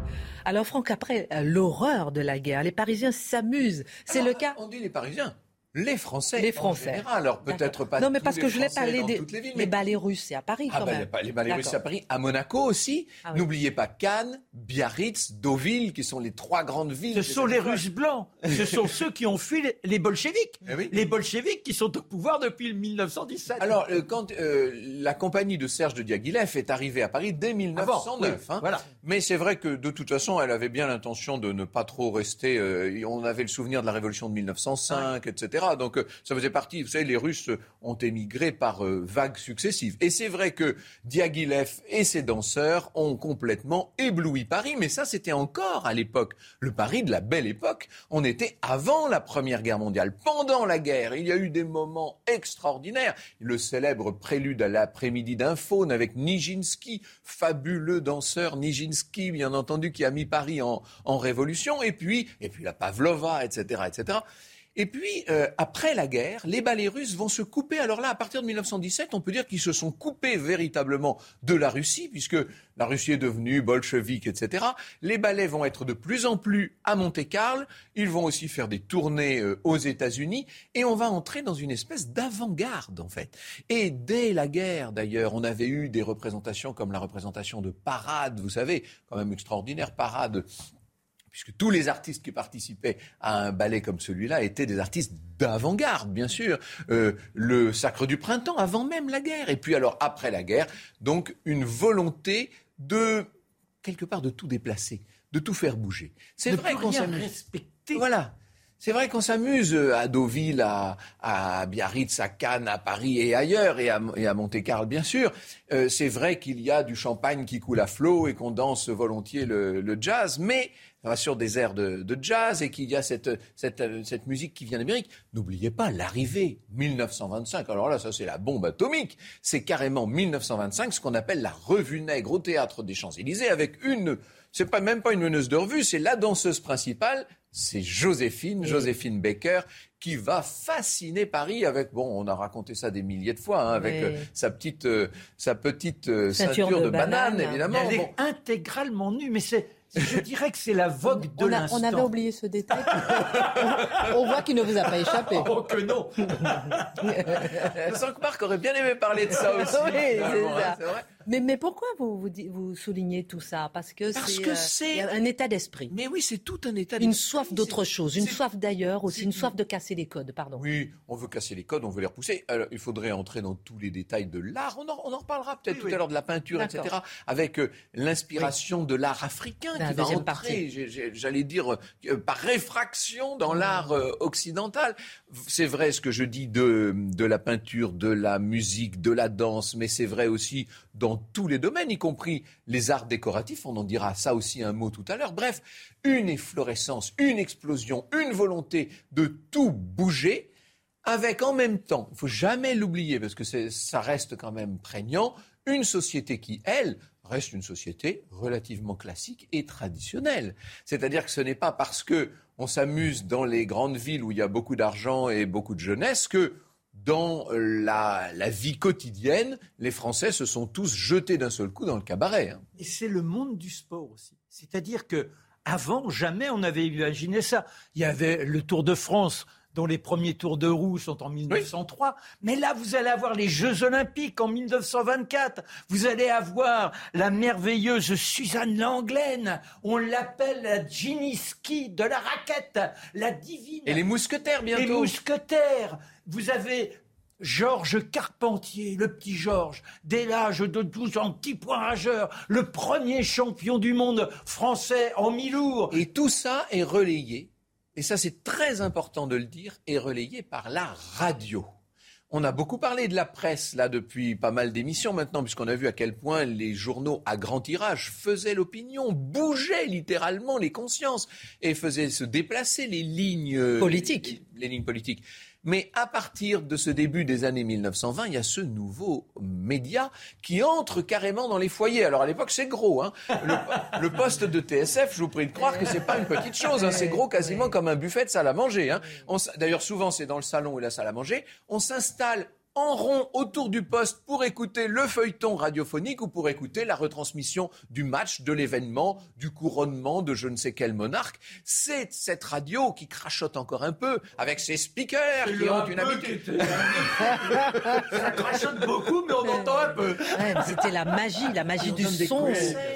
Alors Franck, après l'horreur de la guerre, les Parisiens s'amusent. C'est le cas. On dit les Parisiens. Les Français. En général. Alors peut-être pas non, mais tous parce les que je voulais Français parler dans toutes les villes. Les ballets russes, c'est à Paris quand même. Les ballets russes, c'est à Paris. À Monaco aussi. Ah, oui. N'oubliez pas Cannes, Biarritz, Deauville, qui sont les 3 grandes villes. Ce sont les Russes blancs. Ce sont ceux qui ont fui les bolcheviks. Oui. Les bolcheviks qui sont au pouvoir depuis 1917. Alors, quand la compagnie de Serge de Diaghilev est arrivée à Paris dès 1909. Voilà. Mais c'est vrai que de toute façon, elle avait bien l'intention de ne pas trop rester. On avait le souvenir de la révolution de 1905, etc. Donc ça faisait partie. Vous savez, les Russes ont émigré par vagues successives. Et c'est vrai que Diaghilev et ses danseurs ont complètement ébloui Paris. Mais ça, c'était encore à l'époque le Paris de la belle époque. On était avant la Première Guerre mondiale. Pendant la guerre, il y a eu des moments extraordinaires. Le célèbre prélude à l'après-midi d'un faune avec Nijinsky, fabuleux danseur Nijinsky, bien entendu, qui a mis Paris en révolution. Et puis la Pavlova, etc., etc. Et puis, après la guerre, les ballets russes vont se couper. Alors là, à partir de 1917, on peut dire qu'ils se sont coupés véritablement de la Russie, puisque la Russie est devenue bolchevique, etc. Les ballets vont être de plus en plus à Monte-Carlo. Ils vont aussi faire des tournées aux États-Unis. Et on va entrer dans une espèce d'avant-garde, en fait. Et dès la guerre, d'ailleurs, on avait eu des représentations comme la représentation de Parade, vous savez, quand même extraordinaire, Parade, puisque tous les artistes qui participaient à un ballet comme celui-là étaient des artistes d'avant-garde, bien sûr. Le Sacre du Printemps, avant même la guerre. Et puis alors, après la guerre, donc une volonté de, quelque part, de tout déplacer, de tout faire bouger. C'est vrai qu'on s'amuse. Respecter. Voilà. C'est vrai qu'on s'amuse à Deauville, à Biarritz, à Cannes, à Paris et ailleurs, et à Monte-Carlo, bien sûr. C'est vrai qu'il y a du champagne qui coule à flot et qu'on danse volontiers le jazz, mais sur des airs de jazz, et qu'il y a cette musique qui vient d'Amérique. N'oubliez pas l'arrivée, 1925. Alors là, ça c'est la bombe atomique. C'est carrément 1925, ce qu'on appelle la Revue Nègre au Théâtre des Champs-Élysées, avec c'est même pas une meneuse de revue, c'est la danseuse principale. C'est Joséphine Baker, qui va fasciner Paris avec, on a raconté ça des milliers de fois, avec sa petite ceinture de banane, évidemment. Elle est intégralement nue, mais je dirais que c'est la vogue de l'instant. On avait oublié ce détail. On voit qu'il ne vous a pas échappé. Oh que non. Je sens que Marc aurait bien aimé parler de ça aussi. Oui, c'est ça. C'est vrai. Mais pourquoi vous soulignez tout ça ? Parce que c'est un état d'esprit. Mais oui, c'est tout un état d'esprit. Une soif d'autre chose, une soif d'ailleurs, aussi une soif de casser les codes, pardon. Oui, on veut casser les codes, on veut les repousser. Alors, il faudrait entrer dans tous les détails de l'art. On en reparlera peut-être tout à l'heure, de la peinture, etc. Avec l'inspiration de l'art africain qui va entrer, j'allais dire, par réfraction dans l'art occidental. C'est vrai ce que je dis de la peinture, de la musique, de la danse, mais c'est vrai aussi dans tous les domaines, y compris les arts décoratifs. On en dira ça aussi un mot tout à l'heure. Bref, une efflorescence, une explosion, une volonté de tout bouger, avec en même temps, il ne faut jamais l'oublier parce que ça reste quand même prégnant, une société qui, elle, reste une société relativement classique et traditionnelle. C'est-à-dire que ce n'est pas parce qu'on s'amuse dans les grandes villes où il y a beaucoup d'argent et beaucoup de jeunesse que dans la vie quotidienne, les Français se sont tous jetés d'un seul coup dans le cabaret. Et c'est le monde du sport aussi. C'est-à-dire qu'avant, jamais on n'avait imaginé ça. Il y avait le Tour de France, dont les premiers tours de roue sont en 1903. Oui. Mais là, vous allez avoir les Jeux Olympiques en 1924. Vous allez avoir la merveilleuse Suzanne Lenglen. On l'appelle la Ginny-Ski de la raquette, la divine. Et les mousquetaires, bientôt. Les mousquetaires. Vous avez Georges Carpentier, le petit Georges, dès l'âge de 12 ans, petit point rageur, le premier champion du monde français en mi-lourd. Et tout ça est relayé. Et ça, c'est très important de le dire, est relayé par la radio. On a beaucoup parlé de la presse, là, depuis pas mal d'émissions maintenant, puisqu'on a vu à quel point les journaux à grand tirage faisaient l'opinion, bougeaient littéralement les consciences et faisaient se déplacer les lignes politiques. Les lignes politiques. Mais à partir de ce début des années 1920, il y a ce nouveau média qui entre carrément dans les foyers. Alors à l'époque, c'est gros. Le poste de TSF, je vous prie de croire que c'est pas une petite chose. C'est gros quasiment comme un buffet de salle à manger. D'ailleurs, souvent, c'est dans le salon ou la salle à manger. On s'installe en rond autour du poste pour écouter le feuilleton radiophonique ou pour écouter la retransmission du match, de l'événement, du couronnement de je ne sais quel monarque. C'est cette radio qui crachote encore un peu avec ses speakers qui ont une habitude. Ça crachote beaucoup, mais on entend un peu. Ouais, c'était la magie du son.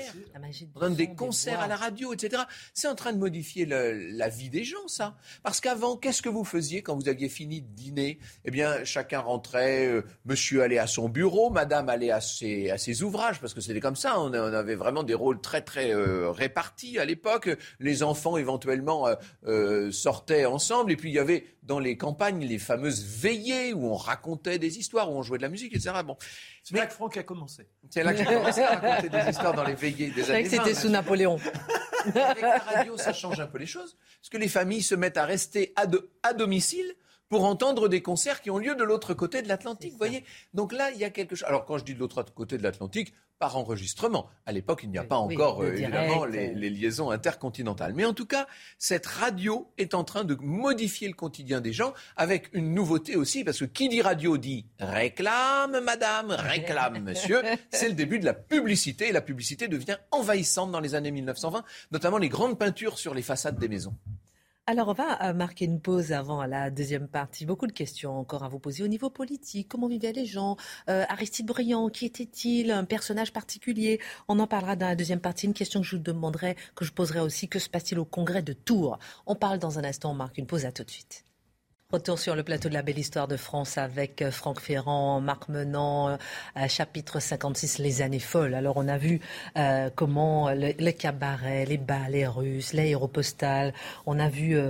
On donne des concerts à la radio, etc. C'est en train de modifier la vie des gens, ça. Parce qu'avant, qu'est-ce que vous faisiez quand vous aviez fini de dîner ? Eh bien, chacun rentrait, monsieur allait à son bureau, madame allait à ses ouvrages, parce que c'était comme ça. On avait vraiment des rôles très, très répartis à l'époque. Les enfants, éventuellement, sortaient ensemble. Et puis, il y avait, dans les campagnes, les fameuses veillées où on racontait des histoires, où on jouait de la musique, etc. Bon. C'est là que Franck a commencé. C'est là que j'ai commencé à raconter des histoires dans les veillées des années 20. C'est vrai que c'était sous Napoléon. Avec la radio, ça change un peu les choses. Parce que les familles se mettent à rester à domicile pour entendre des concerts qui ont lieu de l'autre côté de l'Atlantique. Vous voyez ? Donc là, il y a quelque chose. Alors, quand je dis de l'autre côté de l'Atlantique, par enregistrement. À l'époque, il n'y a pas encore, évidemment, les liaisons intercontinentales. Mais en tout cas, cette radio est en train de modifier le quotidien des gens avec une nouveauté aussi, parce que qui dit radio dit réclame, madame, réclame, monsieur. C'est le début de la publicité, et la publicité devient envahissante dans les années 1920, notamment les grandes peintures sur les façades des maisons. Alors, on va marquer une pause avant la deuxième partie. Beaucoup de questions encore à vous poser au niveau politique. Comment vivaient les gens ? Aristide Briand, qui était-il ? Un personnage particulier ? On en parlera dans la deuxième partie. Une question que je vous demanderai, que je poserai aussi. Que se passe-t-il au congrès de Tours ? On parle dans un instant. On marque une pause. À tout de suite. Retour sur le plateau de la Belle Histoire de France avec Franck Ferrand, Marc Menant, chapitre 56, les années folles. Alors on a vu comment les cabarets, les ballets russes, l'aéropostale, on a vu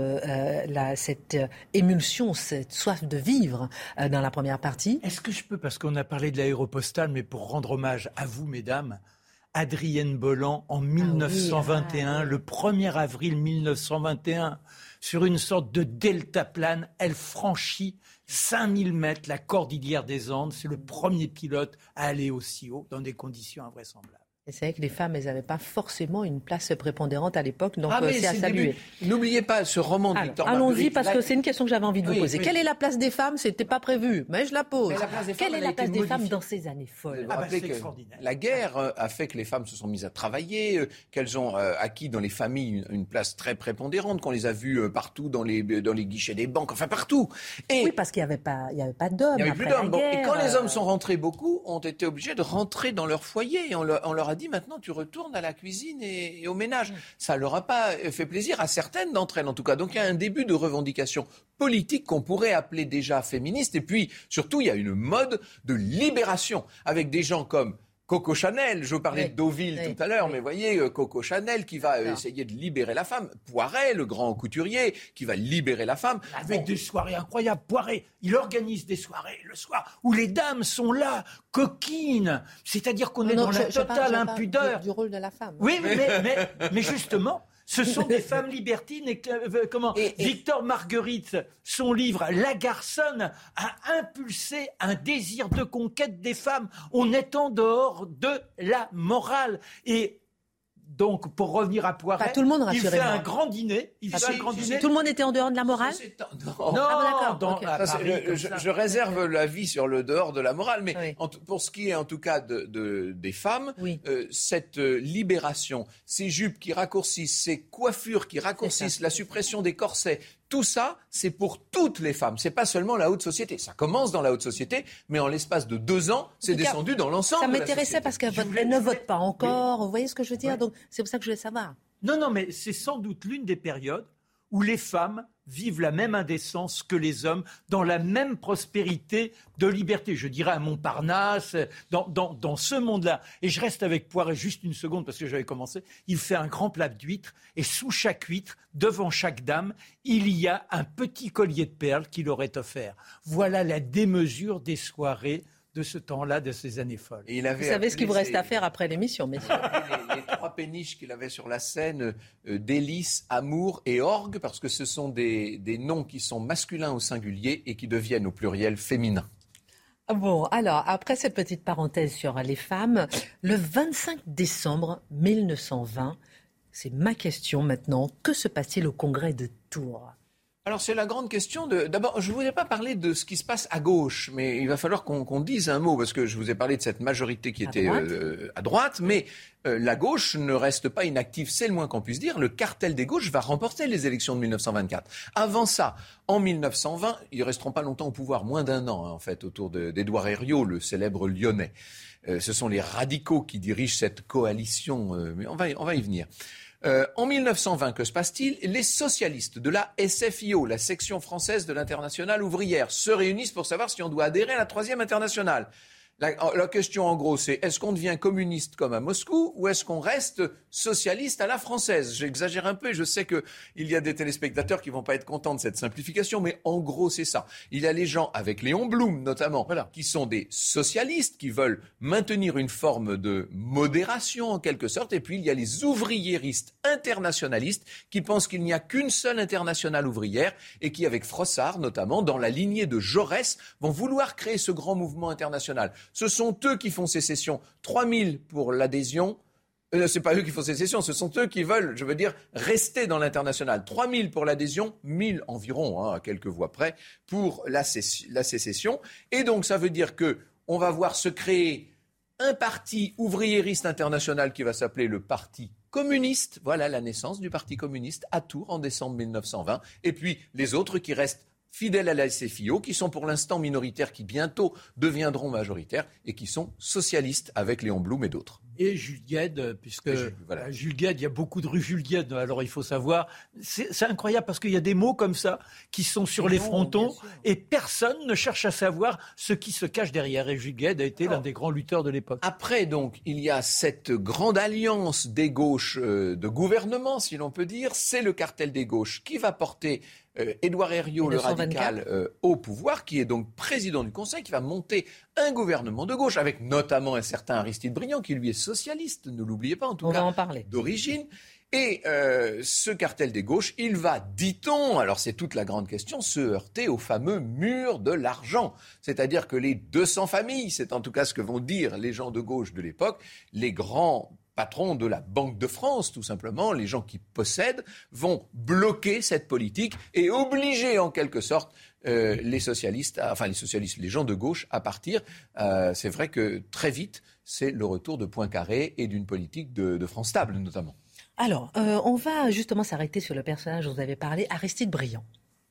cette émulsion, cette soif de vivre dans la première partie. Est-ce que je peux, parce qu'on a parlé de l'aéropostale, mais pour rendre hommage à vous, mesdames, Adrienne Bolland en 1921, le 1er avril 1921, sur une sorte de deltaplane, elle franchit 5000 mètres la cordillère des Andes. C'est le premier pilote à aller aussi haut dans des conditions invraisemblables. Et c'est vrai que les femmes, elles n'avaient pas forcément une place prépondérante à l'époque, donc c'est à saluer. N'oubliez pas ce roman de Victor Marguerite. Allons-y, parce que c'est une question que j'avais envie de vous poser. Quelle est la place des femmes ? C'était pas prévu, mais je la pose. Quelle est la place des femmes dans ces années folles ? C'est extraordinaire. La guerre a fait que les femmes se sont mises à travailler, qu'elles ont acquis dans les familles une place très prépondérante, qu'on les a vues partout dans les guichets des banques, enfin partout. Et oui, parce qu'il n'y avait pas d'hommes. Il n'y avait plus d'hommes. Et quand les hommes sont rentrés, beaucoup ont été obligés de rentrer dans leur foyer. Et on leur a dit maintenant tu retournes à la cuisine et au ménage. Ça leur a pas fait plaisir à certaines d'entre elles en tout cas. Donc il y a un début de revendication politique qu'on pourrait appeler déjà féministe. Et puis surtout il y a une mode de libération avec des gens comme Coco Chanel, je vous parlais de Deauville tout à l'heure, mais voyez, Coco Chanel qui va essayer de libérer la femme. Poiret, le grand couturier, qui va libérer la femme. Avec des soirées incroyables. Poiret, il organise des soirées le soir où les dames sont là, coquines. C'est-à-dire qu'on est dans la totale impudeur. Du rôle de la femme. Oui, mais justement... Ce sont des femmes libertines et Victor Marguerite, son livre La Garçonne, a impulsé un désir de conquête des femmes. On est en dehors de la morale. Et donc, pour revenir à Poiret, tout le monde, il fait un grand dîner. Tout le monde était en dehors de la morale ? Je réserve l'avis sur le dehors de la morale, mais pour ce qui est en tout cas des femmes, cette libération, ces jupes qui raccourcissent, ces coiffures qui raccourcissent, la suppression des corsets, tout ça, c'est pour toutes les femmes. C'est pas seulement la haute société. Ça commence dans la haute société, mais en l'espace de 2 ans, c'est descendu dans l'ensemble. Ça m'intéressait parce qu'elle ne vote pas encore. Vous voyez ce que je veux dire ? Donc c'est pour ça que je voulais savoir. Non, mais c'est sans doute l'une des périodes où les femmes vivent la même indécence que les hommes, dans la même prospérité de liberté. Je dirais à Montparnasse, dans ce monde-là. Et je reste avec Poiret juste une seconde parce que j'avais commencé. Il fait un grand plat d'huîtres et sous chaque huître, devant chaque dame, il y a un petit collier de perles qu'il aurait offert. Voilà la démesure des soirées de ce temps-là, de ces années folles. Vous savez ce qu'il vous reste à faire après l'émission, messieurs. Les 3 péniches qu'il avait sur la scène, délice, amour et orgue, parce que ce sont des noms qui sont masculins au singulier et qui deviennent au pluriel féminin. Bon, alors, après cette petite parenthèse sur les femmes, le 25 décembre 1920, c'est ma question maintenant, que se passe-t-il au congrès de Tours ? Alors c'est la grande question D'abord, je ne voulais pas parler de ce qui se passe à gauche, mais il va falloir qu'on dise un mot, parce que je vous ai parlé de cette majorité qui était à droite, mais la gauche ne reste pas inactive, c'est le moins qu'on puisse dire. Le cartel des gauches va remporter les élections de 1924. Avant ça, en 1920, ils ne resteront pas longtemps au pouvoir, moins d'un an en fait, autour d'Édouard Herriot, le célèbre Lyonnais. Ce sont les radicaux qui dirigent cette coalition, mais on va y venir. En 1920, que se passe-t-il ? Les socialistes de la SFIO, la section française de l'Internationale ouvrière, se réunissent pour savoir si on doit adhérer à la Troisième Internationale. La question, en gros, c'est est-ce qu'on devient communiste comme à Moscou ou est-ce qu'on reste socialiste à la française ? J'exagère un peu et je sais qu'il y a des téléspectateurs qui vont pas être contents de cette simplification, mais en gros, c'est ça. Il y a les gens, avec Léon Blum notamment, qui sont des socialistes, qui veulent maintenir une forme de modération en quelque sorte, et puis il y a les ouvriéristes internationalistes qui pensent qu'il n'y a qu'une seule internationale ouvrière et qui, avec Frossard notamment, dans la lignée de Jaurès, vont vouloir créer ce grand mouvement international. Ce sont eux qui font sécession. 3000 pour l'adhésion. C'est pas eux qui font sécession, ce sont eux qui veulent, rester dans l'international. 3000 pour l'adhésion, 1000 environ, à quelques voix près, pour la sécession. Et donc, ça veut dire qu'on va voir se créer un parti ouvriériste international qui va s'appeler le Parti communiste. Voilà la naissance du Parti communiste à Tours en décembre 1920. Et puis, les autres qui restent fidèles à la SFIO, qui sont pour l'instant minoritaires, qui bientôt deviendront majoritaires, et qui sont socialistes avec Léon Blum et d'autres. Et Jules Guesde, puisque Jules Guesde, il y a beaucoup de rue Jules Guesde, alors il faut savoir, c'est incroyable parce qu'il y a des mots comme ça qui sont sur les frontons et personne ne cherche à savoir ce qui se cache derrière. Et Jules Guesde a été l'un des grands lutteurs de l'époque. Après, donc, il y a cette grande alliance des gauches de gouvernement, si l'on peut dire, c'est le cartel des gauches qui va porter Édouard Herriot, le radical, au pouvoir, qui est donc président du Conseil, qui va monter un gouvernement de gauche, avec notamment un certain Aristide Briand, qui lui est socialiste, ne l'oubliez pas en tout cas, d'origine. Et ce cartel des gauches, il va, dit-on, alors c'est toute la grande question, se heurter au fameux mur de l'argent. C'est-à-dire que les 200 familles, c'est en tout cas ce que vont dire les gens de gauche de l'époque, les grands patrons de la Banque de France, tout simplement, les gens qui possèdent, vont bloquer cette politique et obliger en quelque sorte les socialistes, les gens de gauche à partir. C'est vrai que très vite, c'est le retour de Poincaré et d'une politique de France stable notamment. Alors, on va justement s'arrêter sur le personnage dont vous avez parlé, Aristide Briand.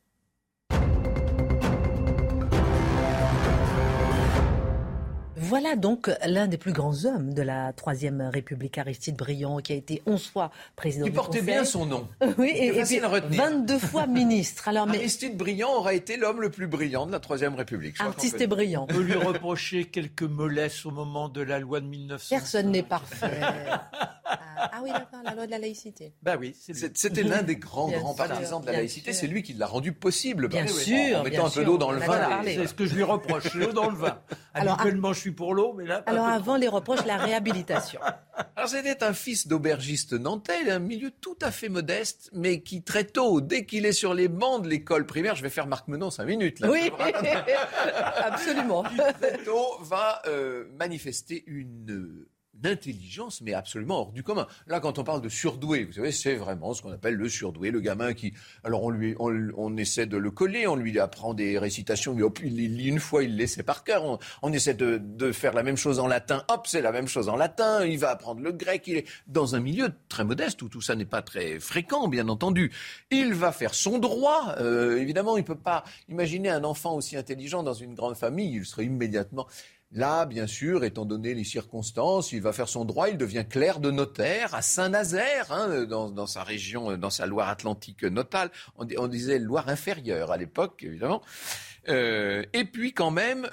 Voilà donc l'un des plus grands hommes de la Troisième République, Aristide Briand, qui a été 11 fois président du Conseil. Il portait bien son nom. Oui, et puis 22 fois ministre. Alors, Aristide Briand aura été l'homme le plus brillant de la Troisième République. Artiste et brillant. On peut lui reprocher quelques mollesses au moment de la loi de 1900. Personne n'est parfait. Ah oui, d'accord, la loi de la laïcité. Bah oui, c'était l'un des grands partisans de la laïcité. C'est lui qui l'a rendu possible. Bien sûr. En mettant un peu d'eau dans le vin. C'est ce que je lui reproche, l'eau dans le vin. Habituellement, je suis pour l'eau, mais là... Alors avant les reproches, la réhabilitation. Alors c'était un fils d'aubergiste nantais, un milieu tout à fait modeste, mais qui très tôt, dès qu'il est sur les bancs de l'école primaire, je vais faire Marc Menon 5 minutes. Là, oui, absolument. Très tôt va manifester une intelligence, mais absolument hors du commun. Là, quand on parle de surdoué, vous savez, c'est vraiment ce qu'on appelle le surdoué, le gamin qui... Alors, on essaie de le coller, on lui apprend des récitations, il lit une fois, il le sait par cœur, on essaie de faire la même chose en latin, hop, c'est la même chose en latin, il va apprendre le grec, il est dans un milieu très modeste où tout ça n'est pas très fréquent, bien entendu. Il va faire son droit, évidemment, il ne peut pas imaginer un enfant aussi intelligent dans une grande famille, il serait immédiatement... Là, bien sûr, étant donné les circonstances, il va faire son droit, il devient clerc de notaire à Saint-Nazaire, dans sa région, dans sa Loire-Atlantique natale. On disait Loire inférieure à l'époque, évidemment. Et puis quand même,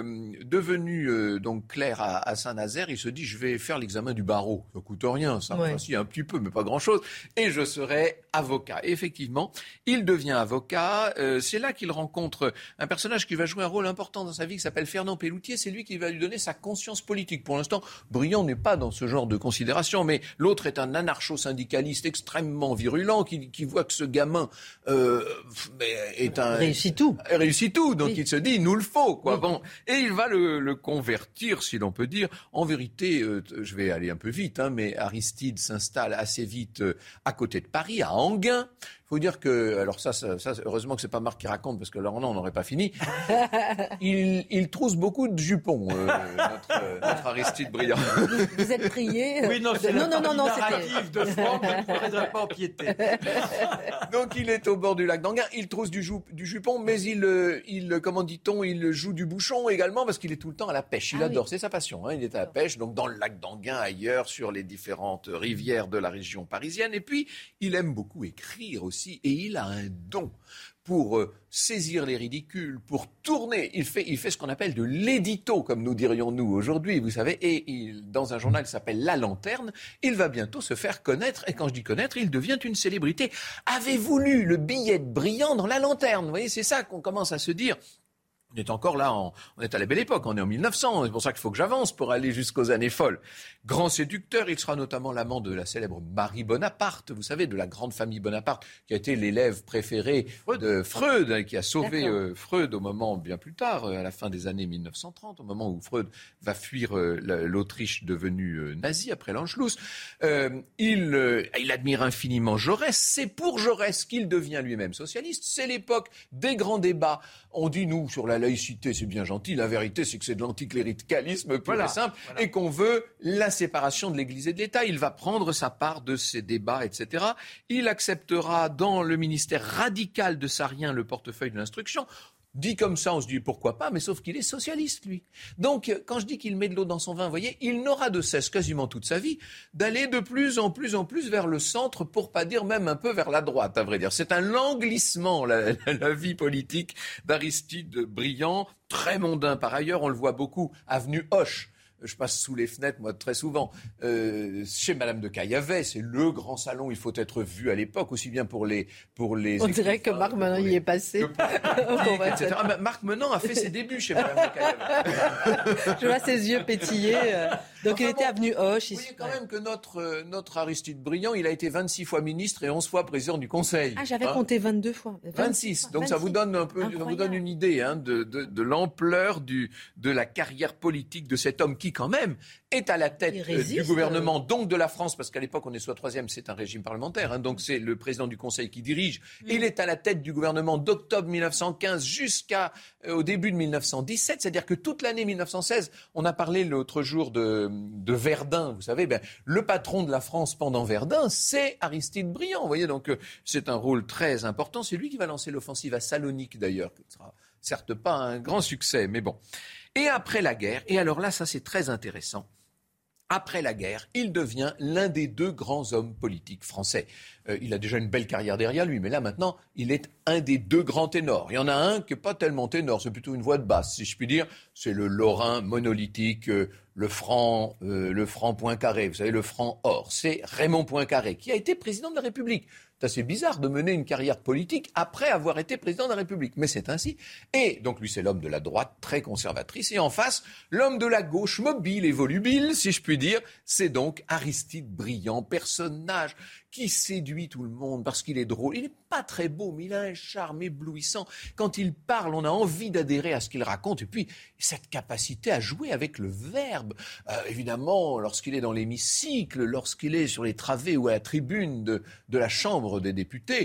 devenu donc clerc à Saint-Nazaire, il se dit je vais faire l'examen du barreau. Ça coûte rien, ça, enfin, si, un petit peu, mais pas grand-chose. Et je serai avocat. Et effectivement, il devient avocat. C'est là qu'il rencontre un personnage qui va jouer un rôle important dans sa vie, qui s'appelle Fernand Pelloutier. C'est lui qui va lui donner sa conscience politique. Pour l'instant, Briand n'est pas dans ce genre de considération, mais l'autre est un anarcho-syndicaliste extrêmement virulent qui voit que ce gamin est un... Réussit tout. Donc il se dit, il nous le faut, quoi. Bon, et il va le convertir, si l'on peut dire. En vérité, je vais aller un peu vite, mais Aristide s'installe assez vite à côté de Paris, à Enghien. Il faut dire que, alors ça, heureusement que c'est pas Marc qui raconte, parce que là, on n'aurait pas fini. Il trousse beaucoup de jupons, notre Aristide Briand. Vous êtes prié. Oui, non, c'est narrative de Franck, je ne voudrais pas empiéter. Donc il est au bord du lac d'Anguin, il trousse du jupon, mais il comment dit-on, il joue du bouchon également, parce qu'il est tout le temps à la pêche. Il adore, c'est sa passion. Il est à la pêche, donc dans le lac d'Anguin, ailleurs, sur les différentes rivières de la région parisienne. Et puis, il aime beaucoup écrire aussi. Et il a un don pour saisir les ridicules, pour tourner. Il fait ce qu'on appelle de l'édito, comme nous dirions nous aujourd'hui, vous savez. Et dans un journal qui s'appelle La Lanterne, il va bientôt se faire connaître. Et quand je dis connaître, il devient une célébrité. Avez-vous lu le billet de Briand dans La Lanterne ? Vous voyez, c'est ça qu'on commence à se dire. On est encore là, on est à la belle époque, on est en 1900, c'est pour ça qu'il faut que j'avance pour aller jusqu'aux années folles. Grand séducteur, il sera notamment l'amant de la célèbre Marie Bonaparte, vous savez, de la grande famille Bonaparte, qui a été l'élève préféré de Freud, qui a sauvé Freud au moment, bien plus tard, à la fin des années 1930, au moment où Freud va fuir l'Autriche devenue nazie après l'Anschluss. Il admire infiniment Jaurès, c'est pour Jaurès qu'il devient lui-même socialiste, c'est l'époque des grands débats. On dit, nous, sur la laïcité, c'est bien gentil. La vérité, c'est que c'est de l'anticléricalisme pur et simple et qu'on veut la séparation de l'Église et de l'État. Il va prendre sa part de ces débats, etc. Il acceptera dans le ministère radical de Sarrien le portefeuille de l'instruction. Dit comme ça, on se dit pourquoi pas, mais sauf qu'il est socialiste, lui. Donc, quand je dis qu'il met de l'eau dans son vin, vous voyez, il n'aura de cesse, quasiment toute sa vie, d'aller de plus en plus vers le centre, pour pas dire même un peu vers la droite, à vrai dire. C'est un languissement, la vie politique d'Aristide Briand, très mondain par ailleurs, on le voit beaucoup, avenue Hoche. Je passe sous les fenêtres, moi, très souvent. Chez Madame de Caillavet, c'est le grand salon. Il faut être vu à l'époque, aussi bien pour les. On dirait que Marc Menant y est passé. Etc. Marc Menant a fait ses débuts chez Madame de Caillavet. Je vois ses yeux pétiller. Donc il était avenue Hoche. Vous voyez quand même que notre Aristide Briand, il a été 26 fois ministre et 11 fois président du Conseil. Ah, j'avais compté 22 fois. 26. Donc 26. Ça vous donne un peu, ça vous donne une idée de l'ampleur de la carrière politique de cet homme qui, quand même, est à la tête du gouvernement, donc de la France, parce qu'à l'époque, on est soit troisième, c'est un régime parlementaire, donc c'est le président du Conseil qui dirige. Il est à la tête du gouvernement d'octobre 1915 jusqu'au début de 1917, c'est-à-dire que toute l'année 1916, on a parlé l'autre jour de Verdun, vous savez, le patron de la France pendant Verdun, c'est Aristide Briand, vous voyez, donc c'est un rôle très important. C'est lui qui va lancer l'offensive à Salonique, d'ailleurs, qui ne sera certes pas un grand succès, mais bon. Et après la guerre, et alors là, ça c'est très intéressant, après la guerre, il devient l'un des deux grands hommes politiques français. Il a déjà une belle carrière derrière lui, mais là maintenant, il est un des deux grands ténors. Il y en a un qui n'est pas tellement ténor, c'est plutôt une voix de basse, si je puis dire. C'est le Lorrain monolithique, le franc Poincaré, vous savez, le franc or. C'est Raymond Poincaré, qui a été président de la République. C'est assez bizarre de mener une carrière politique après avoir été président de la République. Mais c'est ainsi. Et donc lui, c'est l'homme de la droite, très conservatrice. Et en face, l'homme de la gauche, mobile et volubile, si je puis dire, c'est donc Aristide Briand, personnage qui séduit tout le monde parce qu'il est drôle. Il n'est pas très beau, mais il a un charme éblouissant. Quand il parle, on a envie d'adhérer à ce qu'il raconte. Et puis, cette capacité à jouer avec le verbe. Évidemment, lorsqu'il est dans l'hémicycle, lorsqu'il est sur les travées ou à la tribune de la Chambre des députés,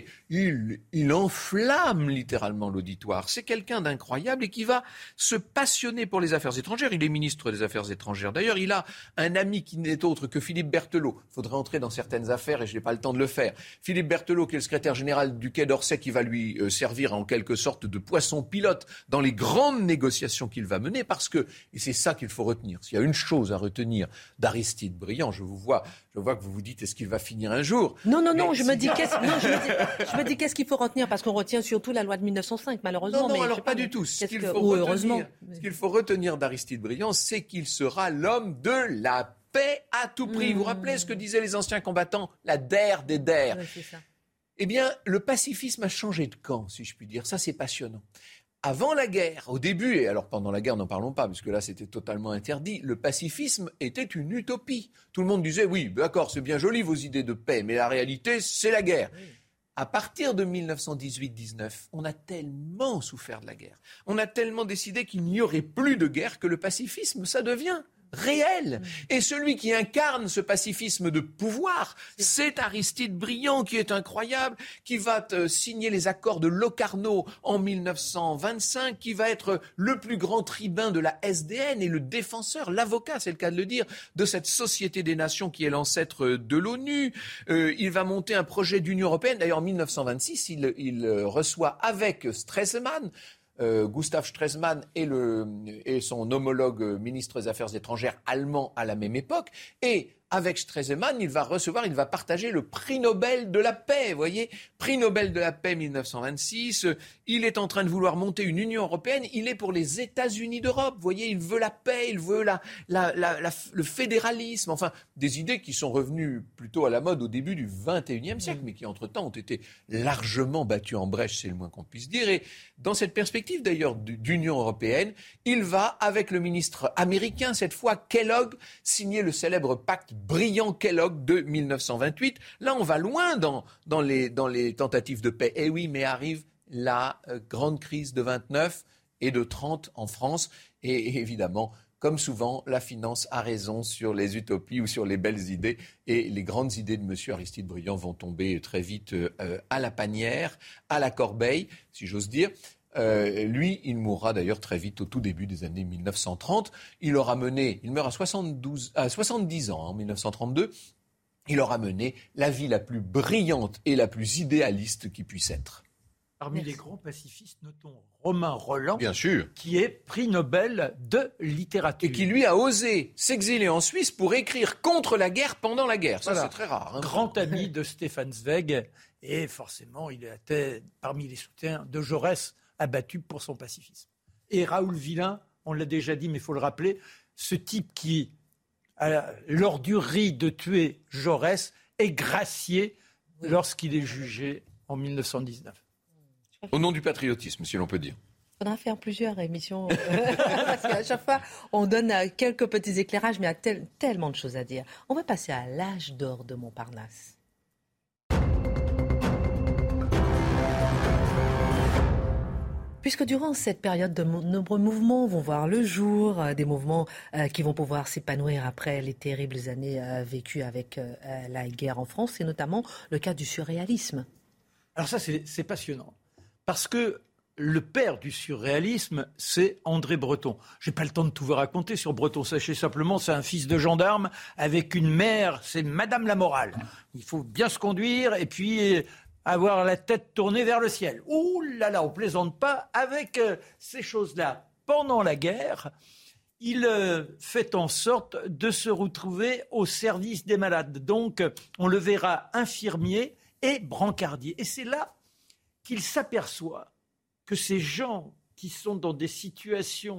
il enflamme littéralement l'auditoire. C'est quelqu'un d'incroyable et qui va se passionner pour les affaires étrangères. Il est ministre des Affaires étrangères. D'ailleurs, il a un ami qui n'est autre que Philippe Berthelot. Il faudrait entrer dans certaines affaires et je n'ai pas le temps de le faire. Philippe Berthelot, qui est le secrétaire général du Quai d'Orsay, qui va lui servir en quelque sorte de poisson pilote dans les grandes négociations qu'il va mener, parce que, et c'est ça qu'il faut retenir, s'il y a une chose à retenir d'Aristide Briand, je vois que vous vous dites, est-ce qu'il va finir un jour ? Non, je me dis qu'est-ce qu'il faut retenir, parce qu'on retient surtout la loi de 1905, malheureusement. Non, alors pas du tout. Ce qu'il faut retenir d'Aristide Briand, c'est qu'il sera l'homme de la paix à tout prix. Vous vous rappelez ce que disaient les anciens combattants ? La der des der. Oui, c'est ça. Eh bien, le pacifisme a changé de camp, si je puis dire. Ça, c'est passionnant. Avant la guerre, au début, et alors pendant la guerre, n'en parlons pas, parce que là, c'était totalement interdit, le pacifisme était une utopie. Tout le monde disait, oui, d'accord, c'est bien joli vos idées de paix, mais la réalité, c'est la guerre. Oui. À partir de 1918-19, on a tellement souffert de la guerre, on a tellement décidé qu'il n'y aurait plus de guerre que le pacifisme, ça devient réel. Et celui qui incarne ce pacifisme de pouvoir, c'est Aristide Briand, qui est incroyable, qui va signer les accords de Locarno en 1925, qui va être le plus grand tribun de la SDN et le défenseur, l'avocat, c'est le cas de le dire, de cette Société des Nations qui est l'ancêtre de l'ONU. Il va monter un projet d'Union européenne. D'ailleurs, en 1926, il reçoit avec Stresemann, Gustav Stresemann et son homologue ministre des Affaires étrangères allemand à la même époque. Et avec Stresemann, il va partager le prix Nobel de la paix, vous voyez, prix Nobel de la paix 1926. Il est en train de vouloir monter une Union européenne. Il est pour les États-Unis d'Europe, vous voyez, il veut la paix, il veut le fédéralisme, enfin, des idées qui sont revenues plutôt à la mode au début du XXIe siècle, mais qui entre-temps ont été largement battues en brèche, c'est le moins qu'on puisse dire. Et dans cette perspective d'ailleurs d'Union européenne, il va, avec le ministre américain, cette fois Kellogg, signer le célèbre pacte Briand-Kellogg de 1928. Là, on va loin dans les tentatives de paix. Eh oui, mais arrive la grande crise de 29 et de 30 en France. Et évidemment, comme souvent, la finance a raison sur les utopies ou sur les belles idées. Et les grandes idées de M. Aristide Briand vont tomber très vite à la panière, à la corbeille, si j'ose dire. Lui, il mourra d'ailleurs très vite au tout début des années 1930. Il meurt à 70 ans en 1932. Il aura mené la vie la plus brillante et la plus idéaliste qui puisse être. Parmi les grands pacifistes, notons Romain Rolland, bien sûr, qui est prix Nobel de littérature. Et qui, lui, a osé s'exiler en Suisse pour écrire contre la guerre pendant la guerre. Ça, voilà. C'est très rare. Grand ami de Stefan Zweig. Et forcément, il était parmi les soutiens de Jaurès, abattu pour son pacifisme. Et Raoul Villain, on l'a déjà dit, mais il faut le rappeler, ce type qui, lors du rite de tuer Jaurès, est gracié lorsqu'il est jugé en 1919. Au nom du patriotisme, si l'on peut dire. Il faudra faire plusieurs émissions, parce qu'à chaque fois, on donne quelques petits éclairages, mais il y a tellement de choses à dire. On va passer à l'âge d'or de Montparnasse. Puisque durant cette période, de nombreux mouvements vont voir le jour, des mouvements qui vont pouvoir s'épanouir après les terribles années vécues avec la guerre en France, et notamment le cas du surréalisme. Alors ça, c'est passionnant, parce que le père du surréalisme, c'est André Breton. Je n'ai pas le temps de tout vous raconter sur Breton. Sachez simplement, c'est un fils de gendarme avec une mère, c'est Madame la Morale. Il faut bien se conduire et puis avoir la tête tournée vers le ciel. Ouh là là, on plaisante pas avec ces choses-là. Pendant la guerre, il fait en sorte de se retrouver au service des malades. Donc, on le verra infirmier et brancardier. Et c'est là qu'il s'aperçoit que ces gens qui sont dans des situations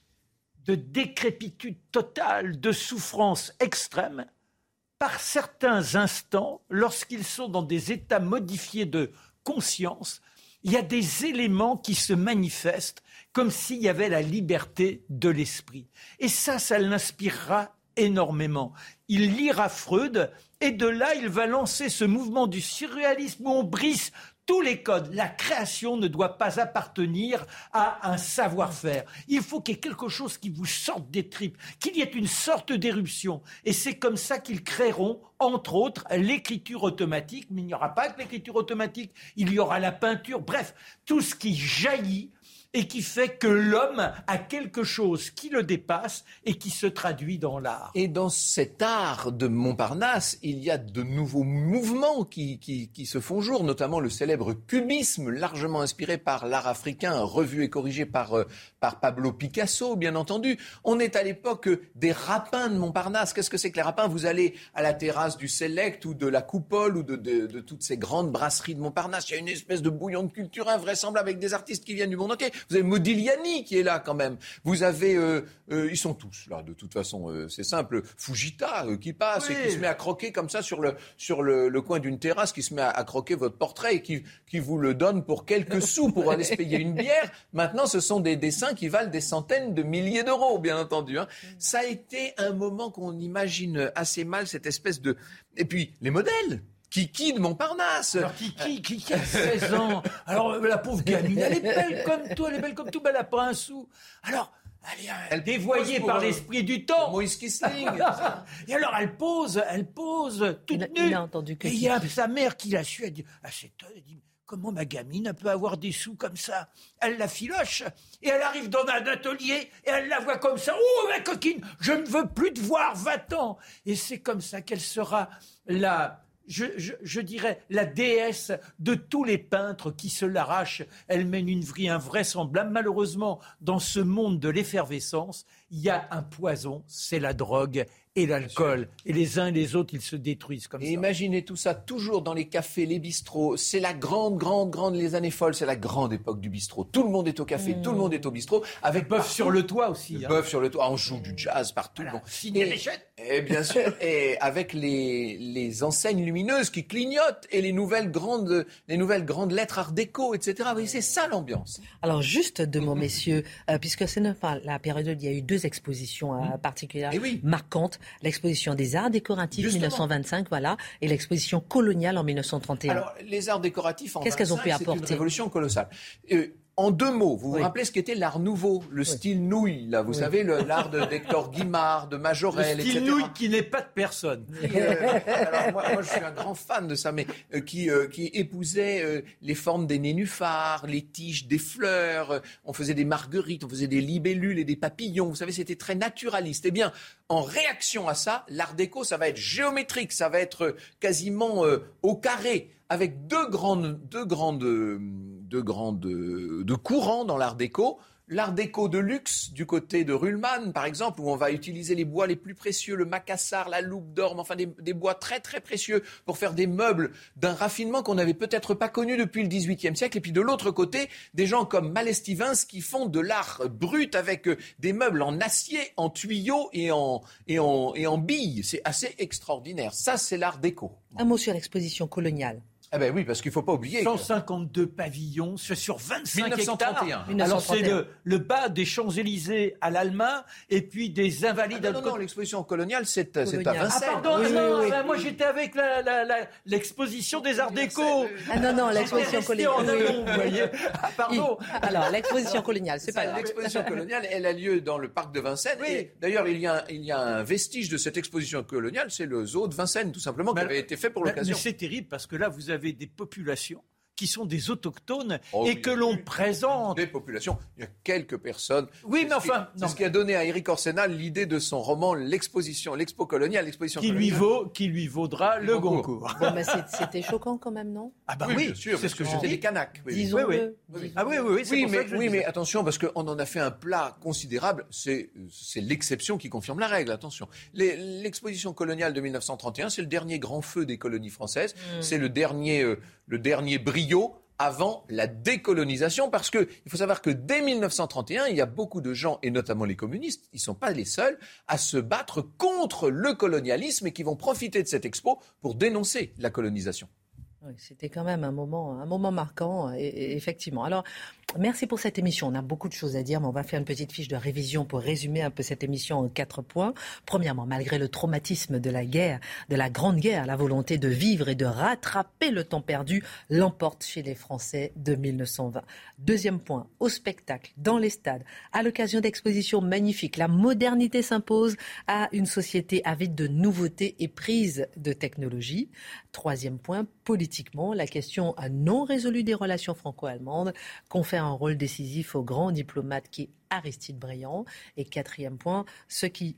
de décrépitude totale, de souffrance extrême, par certains instants, lorsqu'ils sont dans des états modifiés de conscience, il y a des éléments qui se manifestent comme s'il y avait la liberté de l'esprit. Et ça l'inspirera énormément. Il lira Freud et de là, il va lancer ce mouvement du surréalisme où on brise tous les codes. La création ne doit pas appartenir à un savoir-faire. Il faut qu'il y ait quelque chose qui vous sorte des tripes, qu'il y ait une sorte d'éruption. Et c'est comme ça qu'ils créeront, entre autres, l'écriture automatique. Mais il n'y aura pas que l'écriture automatique, il y aura la peinture. Bref, tout ce qui jaillit et qui fait que l'homme a quelque chose qui le dépasse et qui se traduit dans l'art. Et dans cet art de Montparnasse, il y a de nouveaux mouvements qui se font jour, notamment le célèbre cubisme, largement inspiré par l'art africain, revu et corrigé par Pablo Picasso, bien entendu. On est à l'époque des rapins de Montparnasse. Qu'est-ce que c'est que les rapins ? Vous allez à la terrasse du Select ou de la Coupole ou de toutes ces grandes brasseries de Montparnasse. Il y a une espèce de bouillon de culture invraisemblable avec des artistes qui viennent du monde entier. Vous avez Modigliani qui est là quand même. Vous avez, ils sont tous là de toute façon. C'est simple. Fujita qui passe et qui se met à croquer comme ça sur le coin d'une terrasse, qui se met à croquer votre portrait et qui vous le donne pour quelques sous pour aller se payer une bière. Maintenant, ce sont des dessins qui valent des centaines de milliers d'euros, bien entendu. Hein. Ça a été un moment qu'on imagine assez mal, cette espèce de... Et puis, les modèles. Kiki de Montparnasse. Alors Kiki a 16 ans. Alors la pauvre gamine, elle est belle comme tout, elle n'a pas un sou. Alors Elle dévoyée par l'esprit du temps. Moïse Kissling. Et alors elle pose toute nue. Il n'a entendu que et il y a sa mère qui la suit. Elle dit à cette heure, elle dit comment ma gamine peut avoir des sous comme ça? Elle la filoche et elle arrive dans un atelier et elle la voit comme ça. Oh ma coquine, je ne veux plus te voir, va-t'en. Et c'est comme ça qu'elle sera je dirais, la déesse de tous les peintres qui se l'arrachent. Elle mène une vie invraisemblable. Malheureusement, dans ce monde de l'effervescence, il y a un poison, c'est la drogue et l'alcool. Et les uns et les autres, ils se détruisent comme ça. Imaginez tout ça toujours dans les cafés, les bistrots. C'est la grande, les années folles, c'est la grande époque du bistrot. Tout le monde est au café, tout le monde est au bistrot. Avec bœuf sur le toit aussi. Bœuf sur le toit. On joue du jazz partout. Voilà. Bon. Et bien sûr. Et avec les enseignes lumineuses qui clignotent et les nouvelles grandes lettres art déco, etc. Oui, c'est ça l'ambiance. Alors juste 2 mots, messieurs, puisque c'est la période où il y a eu 2 expositions particulières marquantes. L'exposition des arts décoratifs en 1925, voilà, et l'exposition coloniale en 1931. Alors, les arts décoratifs en 25, qu'elles ont pu apporter? C'est une révolution colossale. En 2 mots, vous vous rappelez ce qu'était l'art nouveau, le style nouille, là, vous savez, l'art d'Hector Guimard, de Majorelle, etc. Le style nouille qui n'est pas de personne. Alors moi, je suis un grand fan de ça, mais qui épousait les formes des nénuphars, les tiges des fleurs, on faisait des marguerites, on faisait des libellules et des papillons, vous savez, c'était très naturaliste. Eh bien, en réaction à ça, l'art déco, ça va être géométrique, ça va être quasiment au carré, avec deux courants dans l'art déco. L'art déco de luxe du côté de Ruhlmann, par exemple, où on va utiliser les bois les plus précieux, le macassar, la loupe d'or, enfin des bois très très précieux pour faire des meubles d'un raffinement qu'on n'avait peut-être pas connu depuis le XVIIIe siècle. Et puis de l'autre côté, des gens comme Mallet Stevens qui font de l'art brut avec des meubles en acier, en tuyaux et en billes. C'est assez extraordinaire. Ça, c'est l'art déco. Un mot sur l'exposition coloniale. Ah ben oui, parce qu'il ne faut pas oublier. 152 pavillons sur 25 1931. hectares. Alors c'est le bas des Champs-Élysées à l'Alma et puis des Invalides. Non, l'exposition coloniale, c'est à Vincennes. Ah pardon, moi j'étais avec l'exposition des Arts Déco. Non, l'exposition coloniale. Vous voyez. Pardon. Alors l'exposition coloniale, c'est pas grave. L'exposition coloniale, elle a lieu dans le parc de Vincennes. Oui. Et d'ailleurs, il y a un vestige de cette exposition coloniale, c'est le zoo de Vincennes, tout simplement, qui avait été fait pour l'occasion. Mais c'est terrible parce que là, vous avez des populations qui sont des autochtones et que l'on présente. Des populations, il y a quelques personnes. Oui, mais enfin... C'est ce qui a donné à Éric Orsenal l'idée de son roman L'expo coloniale, qui lui vaudra le Goncourt. Bon, mais c'était choquant quand même, non? Ah bah oui, bien sûr, c'est ce que je dis. Les Canaques. Disons-le. Ah oui, mais attention, parce qu'on en a fait un plat considérable. C'est l'exception qui confirme la règle, attention. L'exposition coloniale de 1931, c'est le dernier grand feu des colonies françaises. C'est le dernier brio avant la décolonisation, parce qu'il faut savoir que dès 1931, il y a beaucoup de gens, et notamment les communistes, ils ne sont pas les seuls, à se battre contre le colonialisme et qui vont profiter de cette expo pour dénoncer la colonisation. Oui, c'était quand même un moment marquant, et effectivement. Alors, merci pour cette émission. On a beaucoup de choses à dire, mais on va faire une petite fiche de révision pour résumer un peu cette émission en 4 points. Premièrement, malgré le traumatisme de la guerre, de la Grande Guerre, la volonté de vivre et de rattraper le temps perdu l'emporte chez les Français de 1920. Deuxième point, au spectacle, dans les stades, à l'occasion d'expositions magnifiques, la modernité s'impose à une société avide de nouveautés et prise de technologie. Troisième point, politiquement, la question non résolue des relations franco-allemandes confère un rôle décisif au grand diplomate qui est Aristide Briand. Et quatrième point, ce qui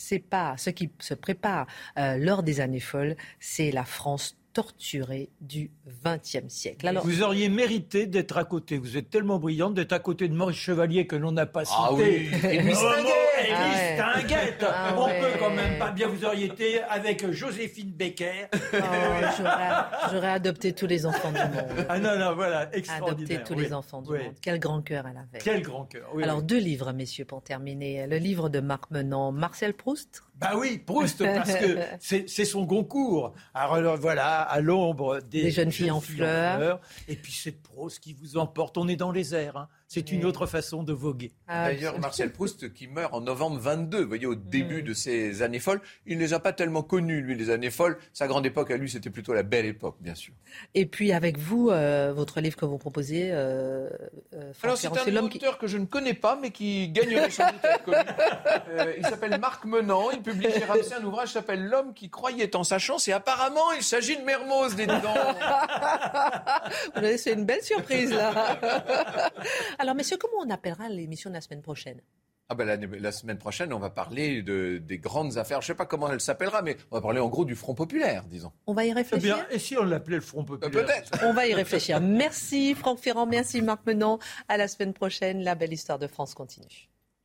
se prépare lors des années folles, c'est la France torturée du XXe siècle. Alors, vous auriez mérité d'être à côté. Vous êtes tellement brillante d'être à côté de Maurice Chevalier que l'on n'a pas cité. Ah oui, Élie Stinguette. On peut quand même pas bien. Vous auriez été avec Joséphine Baker. J'aurais adopté tous les enfants du monde. Ah non, voilà, extraordinaire. Adopté tous les enfants du monde. Quel grand cœur elle avait. Quel grand cœur. Oui, alors, 2 livres, messieurs, pour terminer. Le livre de Marc Menant, Marcel Proust. Bah oui, Proust, parce que c'est son Goncourt. Alors voilà, à l'ombre des jeunes filles en fleurs. Et puis cette prose qui vous emporte. On est dans les airs. C'est une autre façon de voguer. D'ailleurs, Marcel Proust, qui meurt en novembre 22, vous voyez, au début de ces années folles, il ne les a pas tellement connues, lui, les années folles. Sa grande époque, à lui, c'était plutôt la belle époque, bien sûr. Et puis, avec vous, votre livre que vous proposez, alors, c'est un auteur que je ne connais pas, mais qui gagnerait sans doute à être connu. Il s'appelle Marc Menant. Il publie chez Ramsay un ouvrage qui s'appelle L'homme qui croyait en sa chance. Et apparemment, il s'agit de Mermoz, des dents. Vous avez fait une belle surprise, là. Alors, messieurs, comment on appellera l'émission de la semaine prochaine ? La semaine prochaine, on va parler des grandes affaires. Je ne sais pas comment elle s'appellera, mais on va parler en gros du Front populaire, disons. On va y réfléchir. Et si on l'appelait le Front populaire peut-être. On va y réfléchir. Merci Franck Ferrand, merci Marc Menant. À la semaine prochaine, la belle histoire de France continue.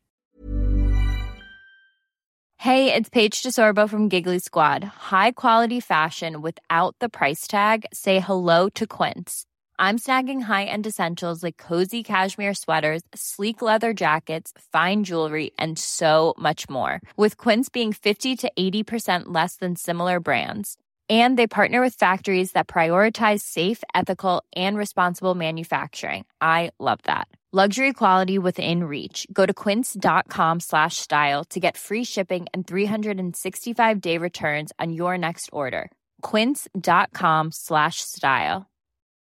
Hey, it's Paige DeSorbo from Giggly Squad. High quality fashion without the price tag. Say hello to Quince. I'm snagging high-end essentials like cozy cashmere sweaters, sleek leather jackets, fine jewelry, and so much more. With Quince being 50 to 80% less than similar brands. And they partner with factories that prioritize safe, ethical, and responsible manufacturing. I love that. Luxury quality within reach. Go to quince.com/style to get free shipping and 365-day returns on your next order. Quince.com/style.